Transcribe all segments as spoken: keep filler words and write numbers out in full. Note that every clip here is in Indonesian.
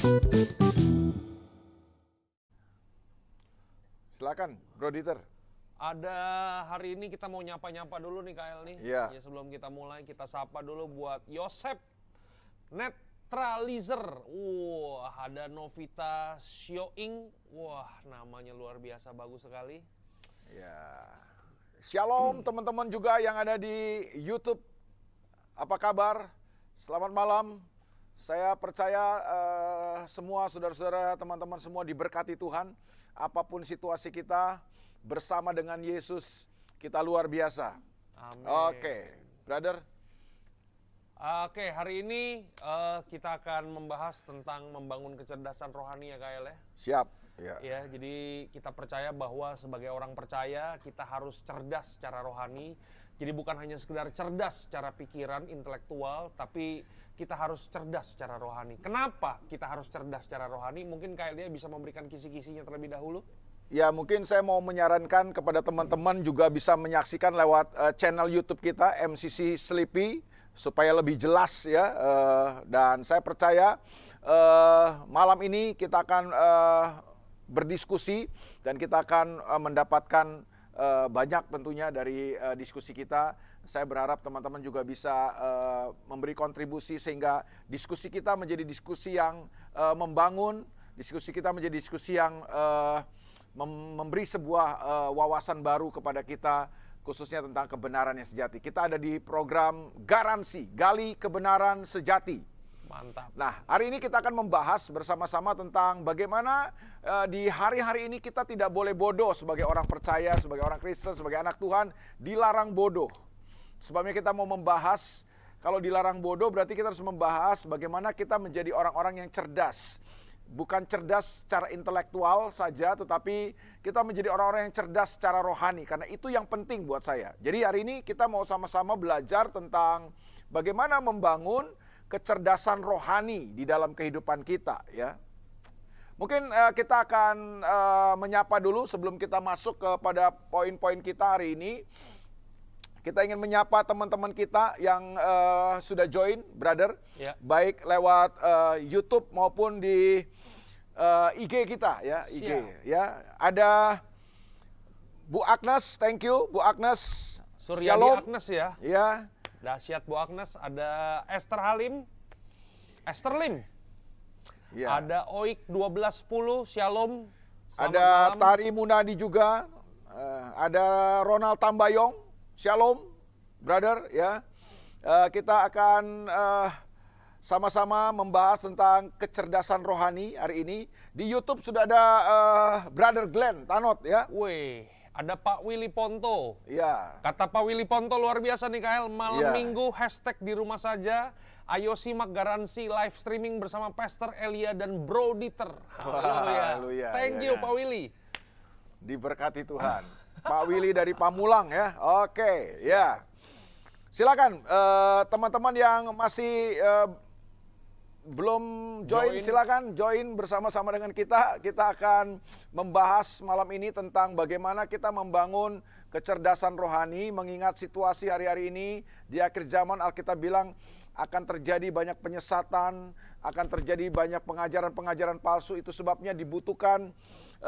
Silakan, Bro Dieter. Ada hari ini kita mau nyapa-nyapa dulu nih K L nih. Iya. Ya sebelum kita mulai kita sapa dulu buat Yosep Netralizer. Wah, ada Novita Sioing. Wah, namanya luar biasa bagus sekali. Ya. Shalom hmm. teman-teman juga yang ada di YouTube. Apa kabar? Selamat malam. Saya percaya uh, semua saudara-saudara, teman-teman semua diberkati Tuhan. Apapun situasi kita, bersama dengan Yesus, kita luar biasa. Amin. Oke, brother. Oke, hari ini uh, kita akan membahas tentang membangun kecerdasan rohani ya K L ya. Siap. Ya. Ya, jadi kita percaya bahwa sebagai orang percaya kita harus cerdas secara rohani. Jadi bukan hanya sekedar cerdas secara pikiran, intelektual, tapi kita harus cerdas secara rohani. Kenapa kita harus cerdas secara rohani? Mungkin K L dia bisa memberikan kisi-kisinya terlebih dahulu. Ya, mungkin saya mau menyarankan kepada teman-teman juga bisa menyaksikan lewat uh, channel YouTube kita M C C Sleepy supaya lebih jelas ya. Uh, dan saya percaya uh, malam ini kita akan uh, berdiskusi dan kita akan uh, mendapatkan uh, banyak tentunya dari uh, diskusi kita. Saya berharap teman-teman juga bisa uh, memberi kontribusi sehingga diskusi kita menjadi diskusi yang uh, membangun, diskusi kita menjadi diskusi yang uh, memberi sebuah uh, wawasan baru kepada kita, khususnya tentang kebenaran yang sejati. Kita ada di program Garansi, Gali Kebenaran Sejati. Mantap. Nah, hari ini kita akan membahas bersama-sama tentang bagaimana uh, di hari-hari ini kita tidak boleh bodoh sebagai orang percaya, sebagai orang Kristen, sebagai anak Tuhan, dilarang bodoh. Sebabnya kita mau membahas, kalau dilarang bodoh berarti kita harus membahas bagaimana kita menjadi orang-orang yang cerdas. Bukan cerdas secara intelektual saja, tetapi kita menjadi orang-orang yang cerdas secara rohani. Karena itu yang penting buat saya. Jadi hari ini kita mau sama-sama belajar tentang bagaimana membangun kecerdasan rohani di dalam kehidupan kita. Ya, mungkin uh, kita akan uh, menyapa dulu sebelum kita masuk kepada poin-poin kita hari ini. Kita ingin menyapa teman-teman kita yang uh, sudah join, brother, ya. Baik lewat uh, YouTube maupun di uh, I G kita, ya, I G. Ya, ada Bu Agnes, thank you, Bu Agnes. Suryani Agnes ya. Ya. Dahsyat Bu Agnes, ada Esther Halim, Esther Lim. Ya. Ada Oik dua belas sepuluh, Shalom. Selamat ada malam. Tari Munadi juga, uh, ada Ronald Tambayong. Shalom, brother, ya. Uh, kita akan uh, sama-sama membahas tentang kecerdasan rohani hari ini. Di YouTube sudah ada uh, brother Glenn Tanot, ya. Wih, ada Pak Willy Ponto. Ya. Kata Pak Willy Ponto luar biasa nih K L. Malam ya. Minggu hashtag di rumah saja. Ayo simak Garansi live streaming bersama Pastor Elia dan Bro Dieter. Haleluya. Thank you ya, Pak Willy. Diberkati Tuhan. Pak Willy dari Pamulang ya. Oke, ya. Silakan uh, teman-teman yang masih uh, belum join, join, silakan join bersama-sama dengan kita. Kita akan membahas malam ini tentang bagaimana kita membangun kecerdasan rohani, mengingat situasi hari-hari ini di akhir zaman. Alkitab bilang akan terjadi banyak penyesatan, akan terjadi banyak pengajaran-pengajaran palsu. Itu sebabnya dibutuhkan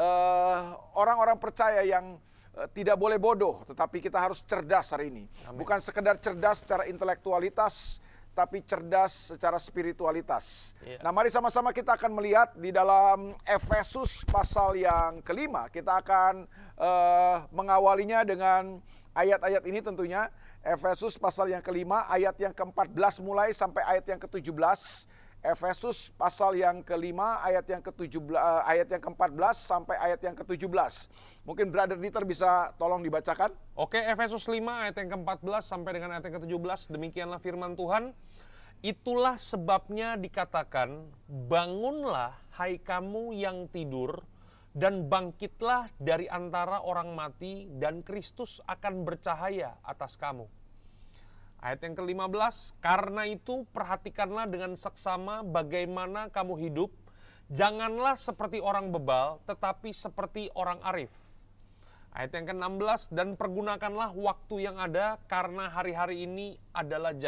uh, orang-orang percaya yang tidak boleh bodoh, tetapi kita harus cerdas hari ini. Amin. Bukan sekedar cerdas secara intelektualitas, tapi cerdas secara spiritualitas. Iya. Nah, mari sama-sama kita akan melihat di dalam Efesus pasal yang kelima. Kita akan uh, mengawalinya dengan ayat-ayat ini tentunya. Efesus pasal yang kelima, ayat yang keempat belas mulai sampai ayat yang ketujuh belas. Efesus pasal yang kelima, ayat yang ketujuh belas, ayat yang keempat belas sampai ayat yang ketujuh belas. Mungkin Brother Dieter bisa tolong dibacakan. Oke, Efesus lima ayat yang keempat belas sampai dengan ayat yang ketujuh belas. Demikianlah firman Tuhan. Itulah sebabnya dikatakan, bangunlah hai kamu yang tidur, dan bangkitlah dari antara orang mati, dan Kristus akan bercahaya atas kamu. Ayat yang kelima belas, karena itu perhatikanlah dengan seksama bagaimana kamu hidup, janganlah seperti orang bebal, tetapi seperti orang arif. Ayat yang keenam belas, dan pergunakanlah waktu yang ada karena hari-hari ini adalah jahat.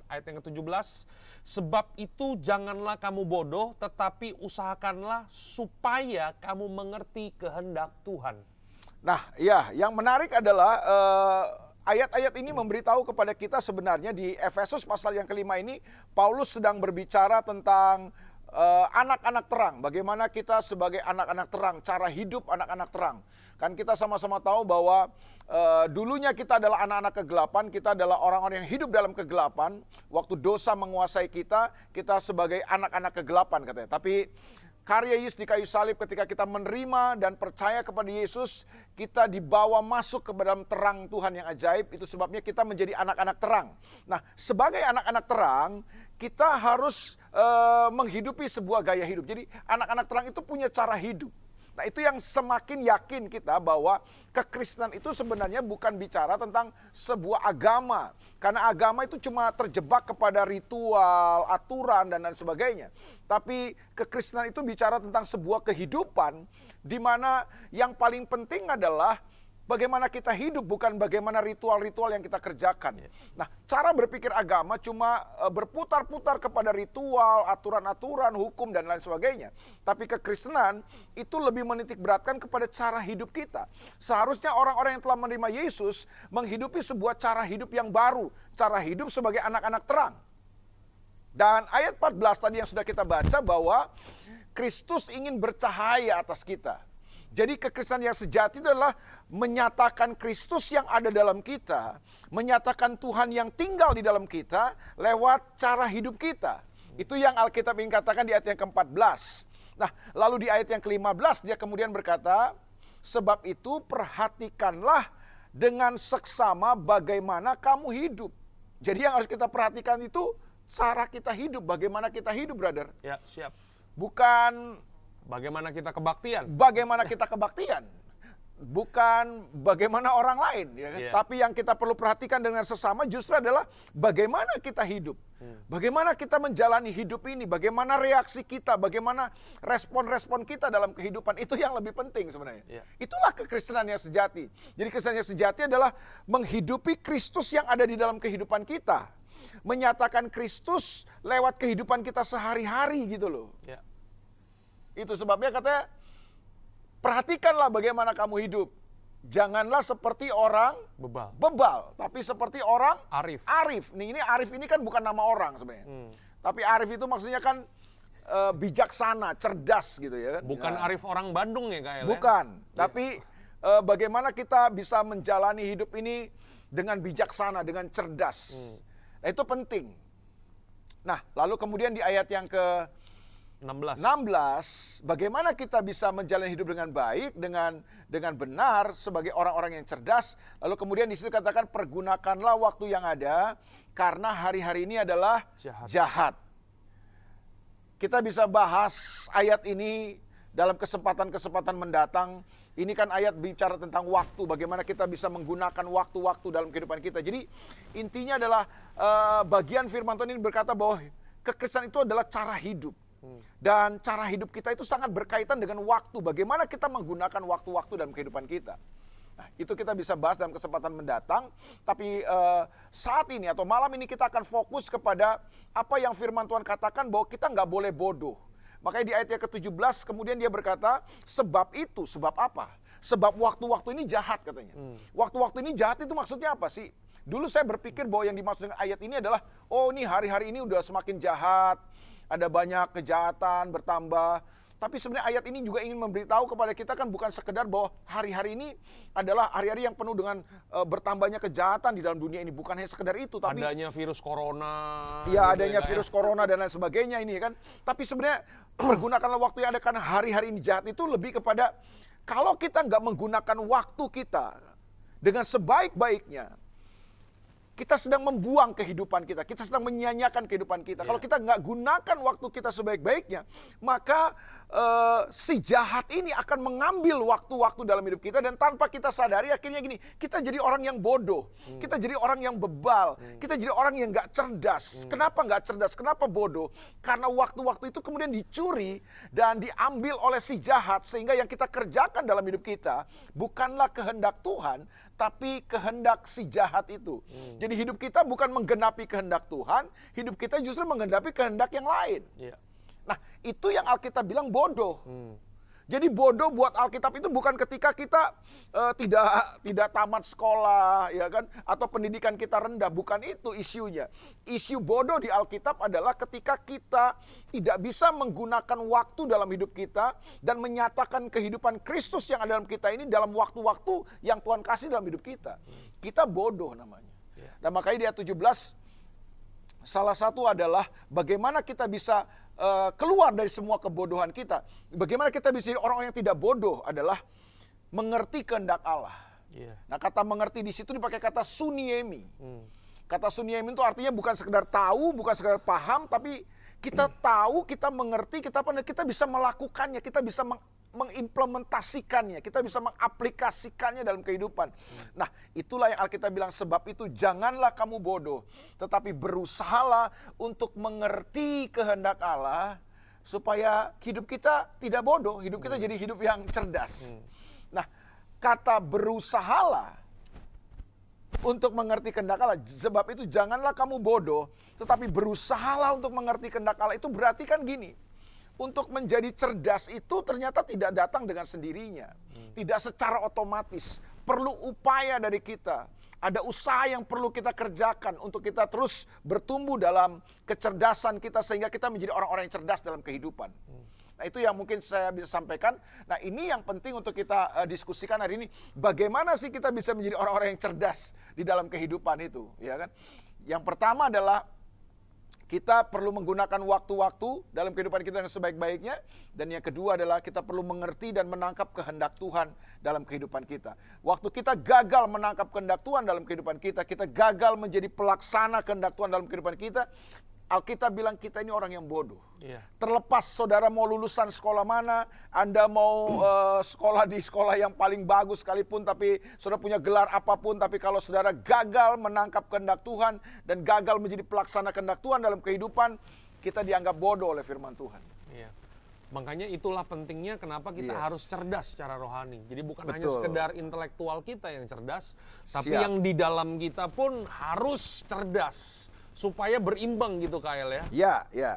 ayat yang ketujuh belas. Sebab itu janganlah kamu bodoh, tetapi usahakanlah supaya kamu mengerti kehendak Tuhan. Nah, ya, yang menarik adalah uh, ayat-ayat ini memberitahu kepada kita sebenarnya di Efesus pasal yang kelima ini, Paulus sedang berbicara tentang uh, anak-anak terang. Bagaimana kita sebagai anak-anak terang, cara hidup anak-anak terang. Kan kita sama-sama tahu bahwa uh, dulunya kita adalah anak-anak kegelapan, kita adalah orang-orang yang hidup dalam kegelapan. Waktu dosa menguasai kita, kita sebagai anak-anak kegelapan katanya. Tapi karya Yesus di kayu salib ketika kita menerima dan percaya kepada Yesus, kita dibawa masuk ke dalam terang Tuhan yang ajaib. Itu sebabnya kita menjadi anak-anak terang. Nah, sebagai anak-anak terang, kita harus uh, menghidupi sebuah gaya hidup. Jadi anak-anak terang itu punya cara hidup. Nah, itu yang semakin yakin kita bahwa kekristenan itu sebenarnya bukan bicara tentang sebuah agama. Karena agama itu cuma terjebak kepada ritual, aturan, dan lain sebagainya. Tapi kekristenan itu bicara tentang sebuah kehidupan di mana yang paling penting adalah bagaimana kita hidup, bukan bagaimana ritual-ritual yang kita kerjakan. Nah, cara berpikir agama cuma berputar-putar kepada ritual, aturan-aturan, hukum, dan lain sebagainya. Tapi kekristenan itu lebih menitik beratkan kepada cara hidup kita. Seharusnya orang-orang yang telah menerima Yesus menghidupi sebuah cara hidup yang baru. Cara hidup sebagai anak-anak terang. Dan ayat empat belas tadi yang sudah kita baca bahwa Kristus ingin bercahaya atas kita. Jadi kekristenan yang sejati itu adalah menyatakan Kristus yang ada dalam kita, menyatakan Tuhan yang tinggal di dalam kita lewat cara hidup kita. Itu yang Alkitab ingin katakan di ayat yang keempat belas. Nah, lalu di ayat yang kelima belas dia kemudian berkata, sebab itu perhatikanlah dengan seksama bagaimana kamu hidup. Jadi yang harus kita perhatikan itu cara kita hidup, bagaimana kita hidup, brother. Ya, siap. Bukan bagaimana kita kebaktian. Bagaimana kita kebaktian. Bukan bagaimana orang lain. Ya kan? Yeah. Tapi yang kita perlu perhatikan dengan sesama justru adalah bagaimana kita hidup. Hmm. Bagaimana kita menjalani hidup ini. Bagaimana reaksi kita. Bagaimana respon-respon kita dalam kehidupan. Itu yang lebih penting sebenarnya. Yeah. Itulah kekristenan yang sejati. Jadi kekristenan yang sejati adalah menghidupi Kristus yang ada di dalam kehidupan kita. Menyatakan Kristus lewat kehidupan kita sehari-hari gitu loh. Yeah. Itu sebabnya katanya, perhatikanlah bagaimana kamu hidup. Janganlah seperti orang bebal, bebal tapi seperti orang arif. Arif. Nih, ini arif ini kan bukan nama orang sebenarnya. Hmm. Tapi arif itu maksudnya kan e, bijaksana, cerdas gitu ya kan. Bukan ya. Arif orang Bandung ya Kak El? Bukan. Ya. Tapi e, bagaimana kita bisa menjalani hidup ini dengan bijaksana, dengan cerdas. Hmm. Nah, itu penting. Nah, lalu kemudian di ayat yang ke enam belas. enam belas, bagaimana kita bisa menjalani hidup dengan baik, dengan dengan benar sebagai orang-orang yang cerdas. Lalu kemudian di situ katakan, pergunakanlah waktu yang ada karena hari-hari ini adalah jahat. jahat. Kita bisa bahas ayat ini dalam kesempatan-kesempatan mendatang. Ini kan ayat bicara tentang waktu, bagaimana kita bisa menggunakan waktu-waktu dalam kehidupan kita. Jadi intinya adalah uh, bagian firman Tuhan ini berkata bahwa kekristenan itu adalah cara hidup. Dan cara hidup kita itu sangat berkaitan dengan waktu. Bagaimana kita menggunakan waktu-waktu dalam kehidupan kita. Nah, itu kita bisa bahas dalam kesempatan mendatang. Tapi uh, saat ini atau malam ini kita akan fokus kepada apa yang firman Tuhan katakan bahwa kita nggak boleh bodoh. Makanya di ayat yang ke tujuh belas kemudian dia berkata, sebab itu, sebab apa? Sebab waktu-waktu ini jahat katanya. Hmm. Waktu-waktu ini jahat itu maksudnya apa sih? Dulu saya berpikir bahwa yang dimaksud dengan ayat ini adalah, oh ini hari-hari ini udah semakin jahat. Ada banyak kejahatan bertambah. Tapi sebenarnya ayat ini juga ingin memberitahu kepada kita kan bukan sekedar bahwa hari-hari ini adalah hari-hari yang penuh dengan uh, bertambahnya kejahatan di dalam dunia ini. Bukan hanya sekedar itu. Tapi adanya virus corona. Iya, adanya virus ya. corona dan lain sebagainya ini kan. Tapi sebenarnya pergunakanlah waktu yang ada karena hari-hari ini jahat itu lebih kepada kalau kita nggak menggunakan waktu kita dengan sebaik-baiknya, kita sedang membuang kehidupan kita, kita sedang menyia-nyiakan kehidupan kita. Yeah. Kalau kita nggak gunakan waktu kita sebaik-baiknya, maka uh, si jahat ini akan mengambil waktu-waktu dalam hidup kita dan tanpa kita sadari akhirnya gini, kita jadi orang yang bodoh, hmm. kita jadi orang yang bebal, hmm. kita jadi orang yang nggak cerdas. Hmm. Kenapa nggak cerdas? Kenapa bodoh? Karena waktu-waktu itu kemudian dicuri dan diambil oleh si jahat sehingga yang kita kerjakan dalam hidup kita bukanlah kehendak Tuhan, tapi kehendak si jahat itu. Hmm. Jadi hidup kita bukan menggenapi kehendak Tuhan, hidup kita justru menggenapi kehendak yang lain. Yeah. Nah, itu yang Alkitab bilang bodoh. Hmm. Jadi bodoh buat Alkitab itu bukan ketika kita uh, tidak tidak tamat sekolah, ya kan, atau pendidikan kita rendah, bukan itu isunya. Isu bodoh di Alkitab adalah ketika kita tidak bisa menggunakan waktu dalam hidup kita dan menyatakan kehidupan Kristus yang ada dalam kita ini dalam waktu-waktu yang Tuhan kasih dalam hidup kita. Kita bodoh namanya. Nah, makanya di ayat tujuh belas salah satu adalah bagaimana kita bisa Uh, keluar dari semua kebodohan kita. Bagaimana kita bisa jadi orang-orang yang tidak bodoh adalah mengerti kehendak Allah. Yeah. Nah, kata mengerti di situ dipakai kata suniemi. Hmm. Kata suniemi itu artinya bukan sekedar tahu, bukan sekedar paham, tapi kita hmm. tahu, kita mengerti, kita kita bisa melakukannya, kita bisa meng mengimplementasikannya, kita bisa mengaplikasikannya dalam kehidupan. Hmm. Nah, itulah yang Alkitab bilang, sebab itu janganlah kamu bodoh, tetapi berusahalah untuk mengerti kehendak Allah, supaya hidup kita tidak bodoh, hidup kita hmm. jadi hidup yang cerdas. Hmm. Nah, kata berusahalah untuk mengerti kehendak Allah, sebab itu janganlah kamu bodoh, tetapi berusahalah untuk mengerti kehendak Allah. Itu berarti kan gini, untuk menjadi cerdas itu ternyata tidak datang dengan sendirinya. Hmm. Tidak secara otomatis. Perlu upaya dari kita. Ada usaha yang perlu kita kerjakan untuk kita terus bertumbuh dalam kecerdasan kita sehingga kita menjadi orang-orang yang cerdas dalam kehidupan. Hmm. Nah, itu yang mungkin saya bisa sampaikan. Nah, ini yang penting untuk kita uh, diskusikan hari ini. Bagaimana sih kita bisa menjadi orang-orang yang cerdas di dalam kehidupan itu, ya kan? Yang pertama adalah kita perlu menggunakan waktu-waktu dalam kehidupan kita yang sebaik-baiknya. Dan yang kedua adalah kita perlu mengerti dan menangkap kehendak Tuhan dalam kehidupan kita. Waktu kita gagal menangkap kehendak Tuhan dalam kehidupan kita, kita gagal menjadi pelaksana kehendak Tuhan dalam kehidupan kita, Alkitab bilang kita ini orang yang bodoh. Yeah. Terlepas saudara mau lulusan sekolah mana, Anda mau uh, sekolah di sekolah yang paling bagus sekalipun, tapi saudara punya gelar apapun, tapi kalau saudara gagal menangkap kehendak Tuhan dan gagal menjadi pelaksana kehendak Tuhan dalam kehidupan, kita dianggap bodoh oleh firman Tuhan. Yeah. Makanya itulah pentingnya kenapa kita yes. harus cerdas secara rohani. Jadi bukan Betul. hanya sekedar intelektual kita yang cerdas, tapi Siap. yang di dalam kita pun harus cerdas. Supaya berimbang gitu, Kael ya. Ya, ya.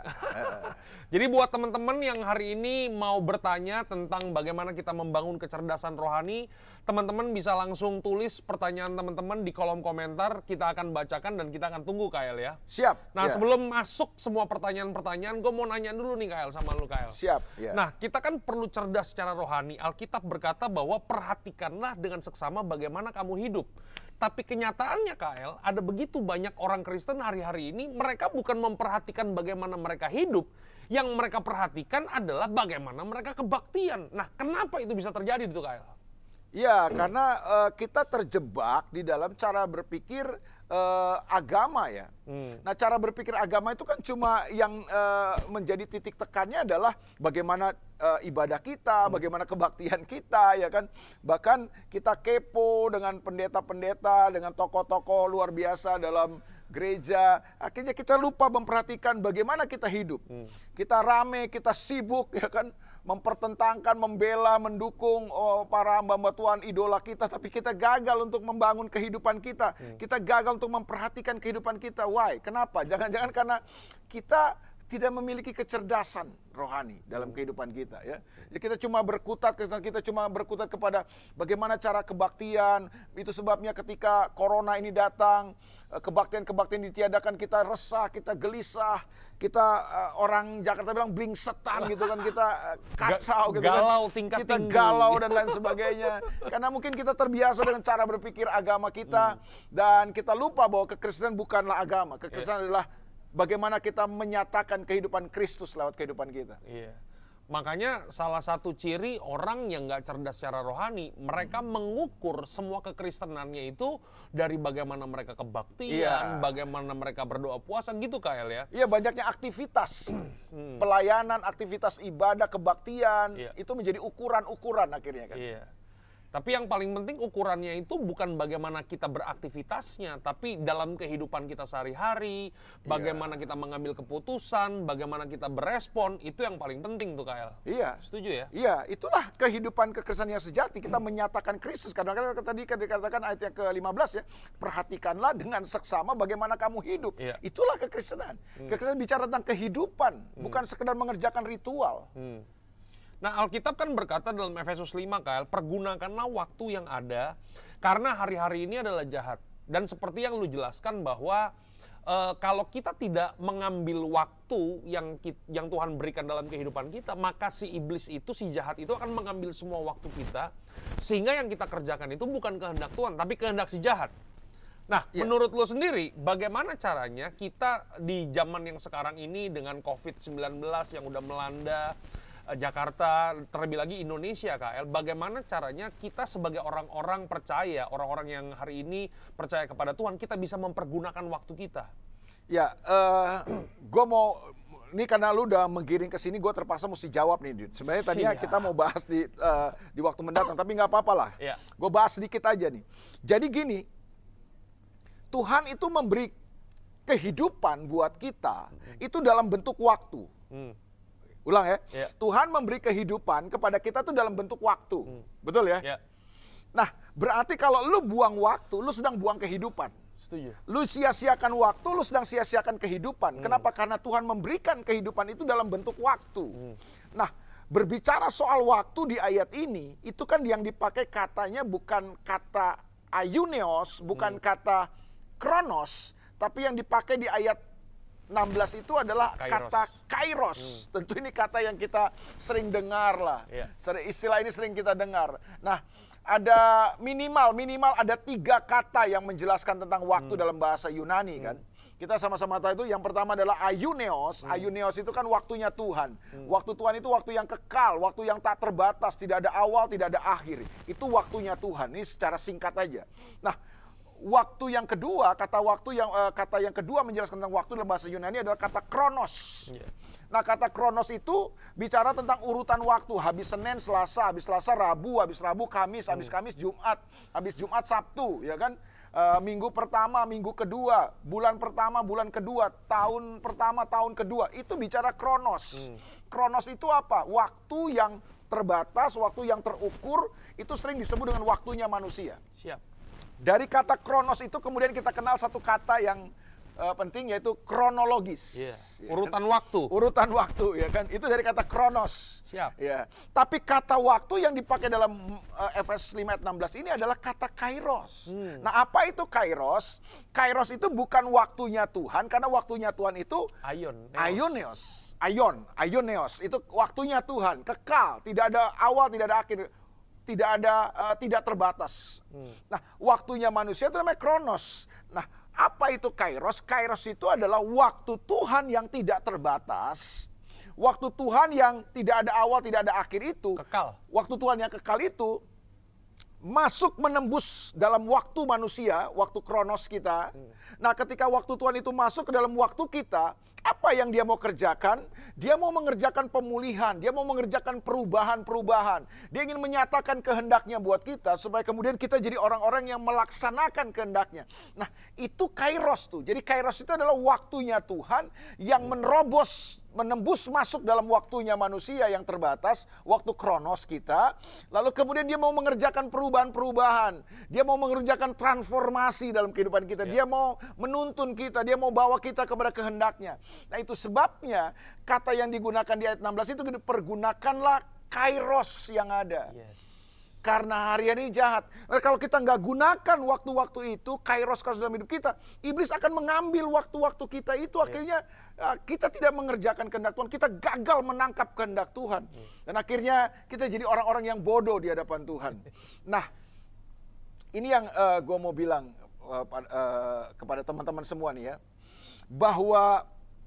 Jadi buat teman-teman yang hari ini mau bertanya tentang bagaimana kita membangun kecerdasan rohani, teman-teman bisa langsung tulis pertanyaan teman-teman di kolom komentar, kita akan bacakan dan kita akan tunggu, Kael ya. Siap. Nah, ya. sebelum masuk semua pertanyaan-pertanyaan, gue mau nanya dulu nih, Kael, sama lu, Kael. Siap. Ya. Nah, kita kan perlu cerdas secara rohani. Alkitab berkata bahwa perhatikanlah dengan seksama bagaimana kamu hidup. Tapi kenyataannya, Kael, ada begitu banyak orang Kristen hari-hari ini, mereka bukan memperhatikan bagaimana mereka hidup, yang mereka perhatikan adalah bagaimana mereka kebaktian. Nah, kenapa itu bisa terjadi itu, Kael? Ya, karena uh, kita terjebak di dalam cara berpikir uh, agama ya. Hmm. Nah, cara berpikir agama itu kan cuma yang uh, menjadi titik tekannya adalah bagaimana uh, ibadah kita, hmm. bagaimana kebaktian kita, ya kan. Bahkan kita kepo dengan pendeta-pendeta, dengan tokoh-tokoh luar biasa dalam gereja. Akhirnya kita lupa memperhatikan bagaimana kita hidup. Hmm. Kita rame, kita sibuk, ya kan. Mempertentangkan, membela, mendukung oh, para hamba-hamba Tuhan, idola kita, tapi kita gagal untuk membangun kehidupan kita. Hmm. Kita gagal untuk memperhatikan kehidupan kita. Why? Kenapa? Jangan-jangan karena kita tidak memiliki kecerdasan rohani dalam kehidupan kita, ya. Jadi kita cuma berkutat, kita cuma berkutat kepada bagaimana cara kebaktian. Itu sebabnya ketika corona ini datang, kebaktian-kebaktian ditiadakan, kita resah, kita gelisah, kita uh, orang Jakarta bilang blingsetan gitu kan, kita uh, kacau gitu galau, kan, tingkat kita tinggi. galau dan lain sebagainya. Karena mungkin kita terbiasa dengan cara berpikir agama kita, hmm. dan kita lupa bahwa kekristenan bukanlah agama, kekristenan yeah. adalah bagaimana kita menyatakan kehidupan Kristus lewat kehidupan kita. Iya. Makanya salah satu ciri orang yang nggak cerdas secara rohani, mereka hmm. mengukur semua kekristenannya itu dari bagaimana mereka kebaktian, iya. bagaimana mereka berdoa puasa gitu, Kael ya. Iya, banyaknya aktivitas, hmm. pelayanan, aktivitas ibadah, kebaktian, iya. itu menjadi ukuran-ukuran akhirnya kan. Iya. Tapi yang paling penting ukurannya itu bukan bagaimana kita beraktivitasnya, tapi dalam kehidupan kita sehari-hari, bagaimana kita mengambil keputusan, bagaimana kita berespon, itu yang paling penting tuh K L. Iya. Setuju ya? Iya, itulah kehidupan kekristenan yang sejati. Kita hmm. menyatakan Kristus. Kadang-kadang tadi dikatakan ayat yang ke lima belas ya, perhatikanlah dengan seksama bagaimana kamu hidup. Iya. Itulah kekristenan. Hmm. Kekristenan bicara tentang kehidupan, hmm. bukan sekedar mengerjakan ritual. Hmm. Nah, Alkitab kan berkata dalam Efesus lima, K L, pergunakanlah waktu yang ada, karena hari-hari ini adalah jahat. Dan seperti yang lu jelaskan bahwa e, kalau kita tidak mengambil waktu yang yang Tuhan berikan dalam kehidupan kita, maka si iblis itu, si jahat itu akan mengambil semua waktu kita, sehingga yang kita kerjakan itu bukan kehendak Tuhan, tapi kehendak si jahat. Nah, ya. Menurut lo sendiri, bagaimana caranya kita di zaman yang sekarang ini dengan covid sembilan belas yang udah melanda Jakarta, terlebih lagi Indonesia, K L, bagaimana caranya kita sebagai orang-orang percaya, orang-orang yang hari ini percaya kepada Tuhan, kita bisa mempergunakan waktu kita? Ya, uh, gue mau, ini karena lu udah menggiring ke sini, gue terpaksa mesti jawab nih, Dut. Sebenarnya tadinya kita mau bahas di uh, di waktu mendatang, tapi nggak apa-apa lah. Ya. Gue bahas sedikit aja nih. Jadi gini, Tuhan itu memberi kehidupan buat kita, hmm. itu dalam bentuk waktu. Hmm. Ulang ya, yeah. Tuhan memberi kehidupan kepada kita tuh dalam bentuk waktu, hmm. betul ya? Yeah. Nah, berarti kalau lu buang waktu, lu sedang buang kehidupan. Setuju. Lu sia-siakan waktu, lu sedang sia-siakan kehidupan. Hmm. Kenapa? Karena Tuhan memberikan kehidupan itu dalam bentuk waktu. Hmm. Nah, berbicara soal waktu di ayat ini, itu kan yang dipakai katanya bukan kata aiuneos, bukan hmm. kata kronos, tapi yang dipakai di ayat enam belas itu adalah kairos. Kata kairos. Hmm. Tentu ini kata yang kita sering dengar lah. Yeah. Istilah ini sering kita dengar. Nah, ada minimal, minimal ada tiga kata yang menjelaskan tentang waktu hmm. dalam bahasa Yunani kan. Hmm. Kita sama-sama tahu itu yang pertama adalah aiuneos. Hmm. Aiuneos itu kan waktunya Tuhan. Hmm. Waktu Tuhan itu waktu yang kekal, waktu yang tak terbatas, tidak ada awal, tidak ada akhir. Itu waktunya Tuhan. Ini secara singkat aja. Nah, waktu yang kedua, kata waktu yang uh, kata yang kedua menjelaskan tentang waktu dalam bahasa Yunani adalah kata kronos. Yeah. Nah, kata kronos itu bicara tentang urutan waktu. Habis Senin, Selasa, habis Selasa, Rabu, habis Rabu, Kamis, habis hmm. Kamis, Jumat, habis Jumat, Sabtu, ya kan? Uh, minggu pertama, minggu kedua, bulan pertama, bulan kedua, tahun pertama, tahun kedua. Itu bicara kronos. Hmm. Kronos itu apa? Waktu yang terbatas, waktu yang terukur, itu sering disebut dengan waktunya manusia. Siap. Dari kata kronos itu kemudian kita kenal satu kata yang uh, penting, yaitu kronologis. Yeah. Ya, urutan kan? waktu. Urutan waktu, ya kan? Itu dari kata kronos. Siap. Ya. Tapi kata waktu yang dipakai dalam uh, Efesus lima ayat enam belas ini adalah kata kairos. Hmm. Nah, apa itu kairos? Kairos itu bukan waktunya Tuhan, karena waktunya Tuhan itu aion, aionios. Aion, aioneos. Itu waktunya Tuhan, kekal, tidak ada awal, tidak ada akhir. Tidak ada, uh, tidak terbatas. Hmm. Nah, waktunya manusia itu namanya kronos. Nah, apa itu kairos? Kairos itu adalah waktu Tuhan yang tidak terbatas. Waktu Tuhan yang tidak ada awal, tidak ada akhir itu. Kekal. Waktu Tuhan yang kekal itu masuk menembus dalam waktu manusia, waktu kronos kita. Hmm. Nah, ketika waktu Tuhan itu masuk ke dalam waktu kita, apa yang dia mau kerjakan? Dia mau mengerjakan pemulihan, dia mau mengerjakan perubahan-perubahan. Dia ingin menyatakan kehendaknya buat kita, supaya kemudian kita jadi orang-orang yang melaksanakan kehendaknya. Nah, itu kairos tuh. Jadi kairos itu adalah waktunya Tuhan yang menerobos, menembus masuk dalam waktunya manusia yang terbatas, waktu kronos kita. Lalu kemudian dia mau mengerjakan perubahan-perubahan. Dia mau mengerjakan transformasi dalam kehidupan kita. Dia mau menuntun kita, dia mau bawa kita kepada kehendaknya. Nah, itu sebabnya kata yang digunakan di ayat enam belas itu, pergunakanlah kairos yang ada. Yes. Karena harian ini jahat. Nah, kalau kita nggak gunakan waktu-waktu itu, kairos dalam hidup kita, iblis akan mengambil waktu-waktu kita itu. Yeah. Akhirnya kita tidak mengerjakan kehendak Tuhan, kita gagal menangkap kehendak Tuhan. Yeah. Dan akhirnya kita jadi orang-orang yang bodoh di hadapan Tuhan. Nah, ini yang uh, gue mau bilang uh, uh, kepada teman-teman semua nih ya, bahwa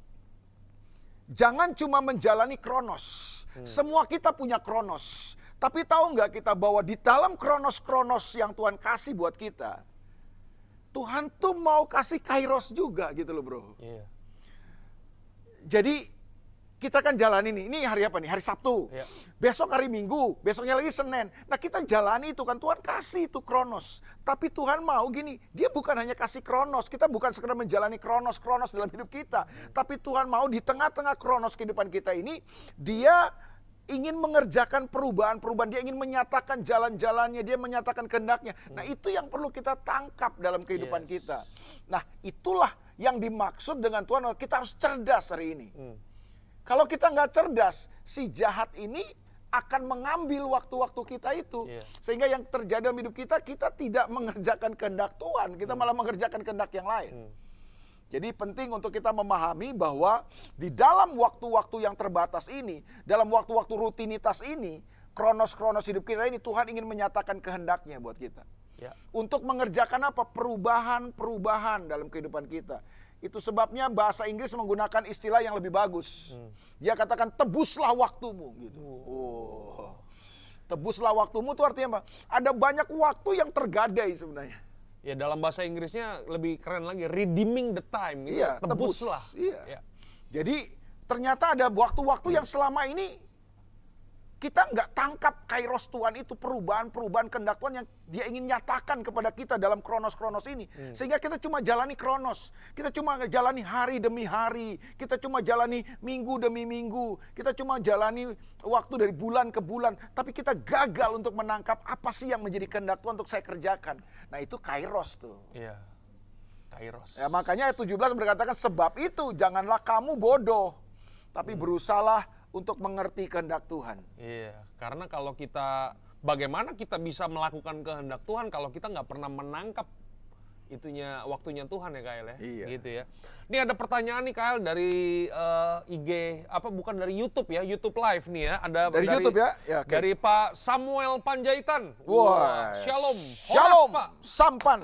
jangan cuma menjalani kronos. Hmm. Semua kita punya kronos. Tapi tahu nggak kita bahwa di dalam kronos-kronos yang Tuhan kasih buat kita, Tuhan tuh mau kasih kairos juga gitu loh bro. Yeah. Jadi kita kan jalan ini, ini hari apa nih? Hari Sabtu. Ya. Besok hari Minggu, besoknya lagi Senin. Nah kita jalani itu kan, Tuhan kasih itu kronos. Tapi Tuhan mau gini, dia bukan hanya kasih kronos. Kita bukan sekedar menjalani kronos-kronos dalam hidup kita. Tapi Tuhan mau di tengah-tengah kronos kehidupan kita ini, dia ingin mengerjakan perubahan-perubahan. Dia ingin menyatakan jalan-jalannya, dia menyatakan kehendaknya. Nah itu yang perlu kita tangkap dalam kehidupan Yes. kita. Nah itulah yang dimaksud dengan Tuhan, kita harus cerdas hari ini. Hmm. Kalau kita nggak cerdas, si jahat ini akan mengambil waktu-waktu kita itu. Yeah. Sehingga yang terjadi dalam hidup kita, kita tidak mengerjakan kehendak Tuhan. Kita malah mengerjakan kehendak yang lain. Hmm. Jadi penting untuk kita memahami bahwa di dalam waktu-waktu yang terbatas ini, dalam waktu-waktu rutinitas ini, kronos-kronos hidup kita ini, Tuhan ingin menyatakan kehendaknya buat kita. Ya. Untuk mengerjakan apa? Perubahan-perubahan dalam kehidupan kita. Itu sebabnya bahasa Inggris menggunakan istilah yang lebih bagus. Hmm. Dia katakan tebuslah waktumu gitu. Oh. Tebuslah waktumu itu artinya apa? Ada banyak waktu yang tergadai sebenarnya. Ya dalam bahasa Inggrisnya lebih keren lagi, redeeming the time. Itu Iya, tebuslah. tebus. Iya. Ya. Jadi ternyata ada waktu-waktu yang selama ini kita nggak tangkap kairos Tuhan itu, perubahan-perubahan kehendak Tuhan yang dia ingin nyatakan kepada kita dalam kronos-kronos ini. Hmm. Sehingga kita cuma jalani kronos, kita cuma jalani hari demi hari, kita cuma jalani minggu demi minggu, kita cuma jalani waktu dari bulan ke bulan. Tapi kita gagal untuk menangkap apa sih yang menjadi kehendak Tuhan untuk saya kerjakan. Nah itu kairos tuh. Iya, kairos. Ya, makanya ayat tujuh belas berkatakan, sebab itu janganlah kamu bodoh, tapi hmm. berusahalah untuk mengerti kehendak Tuhan. Iya, karena kalau kita, bagaimana kita bisa melakukan kehendak Tuhan kalau kita nggak pernah menangkap itunya waktunya Tuhan ya Kael ya, iya. gitu ya. Ini ada pertanyaan nih Kael dari uh, I G, apa bukan dari YouTube ya, YouTube Live nih ya, ada dari, dari YouTube ya, ya okay. dari Pak Samuel Panjaitan. Wah, Wah Shalom, Shalom, Horas, Pak. Sampan.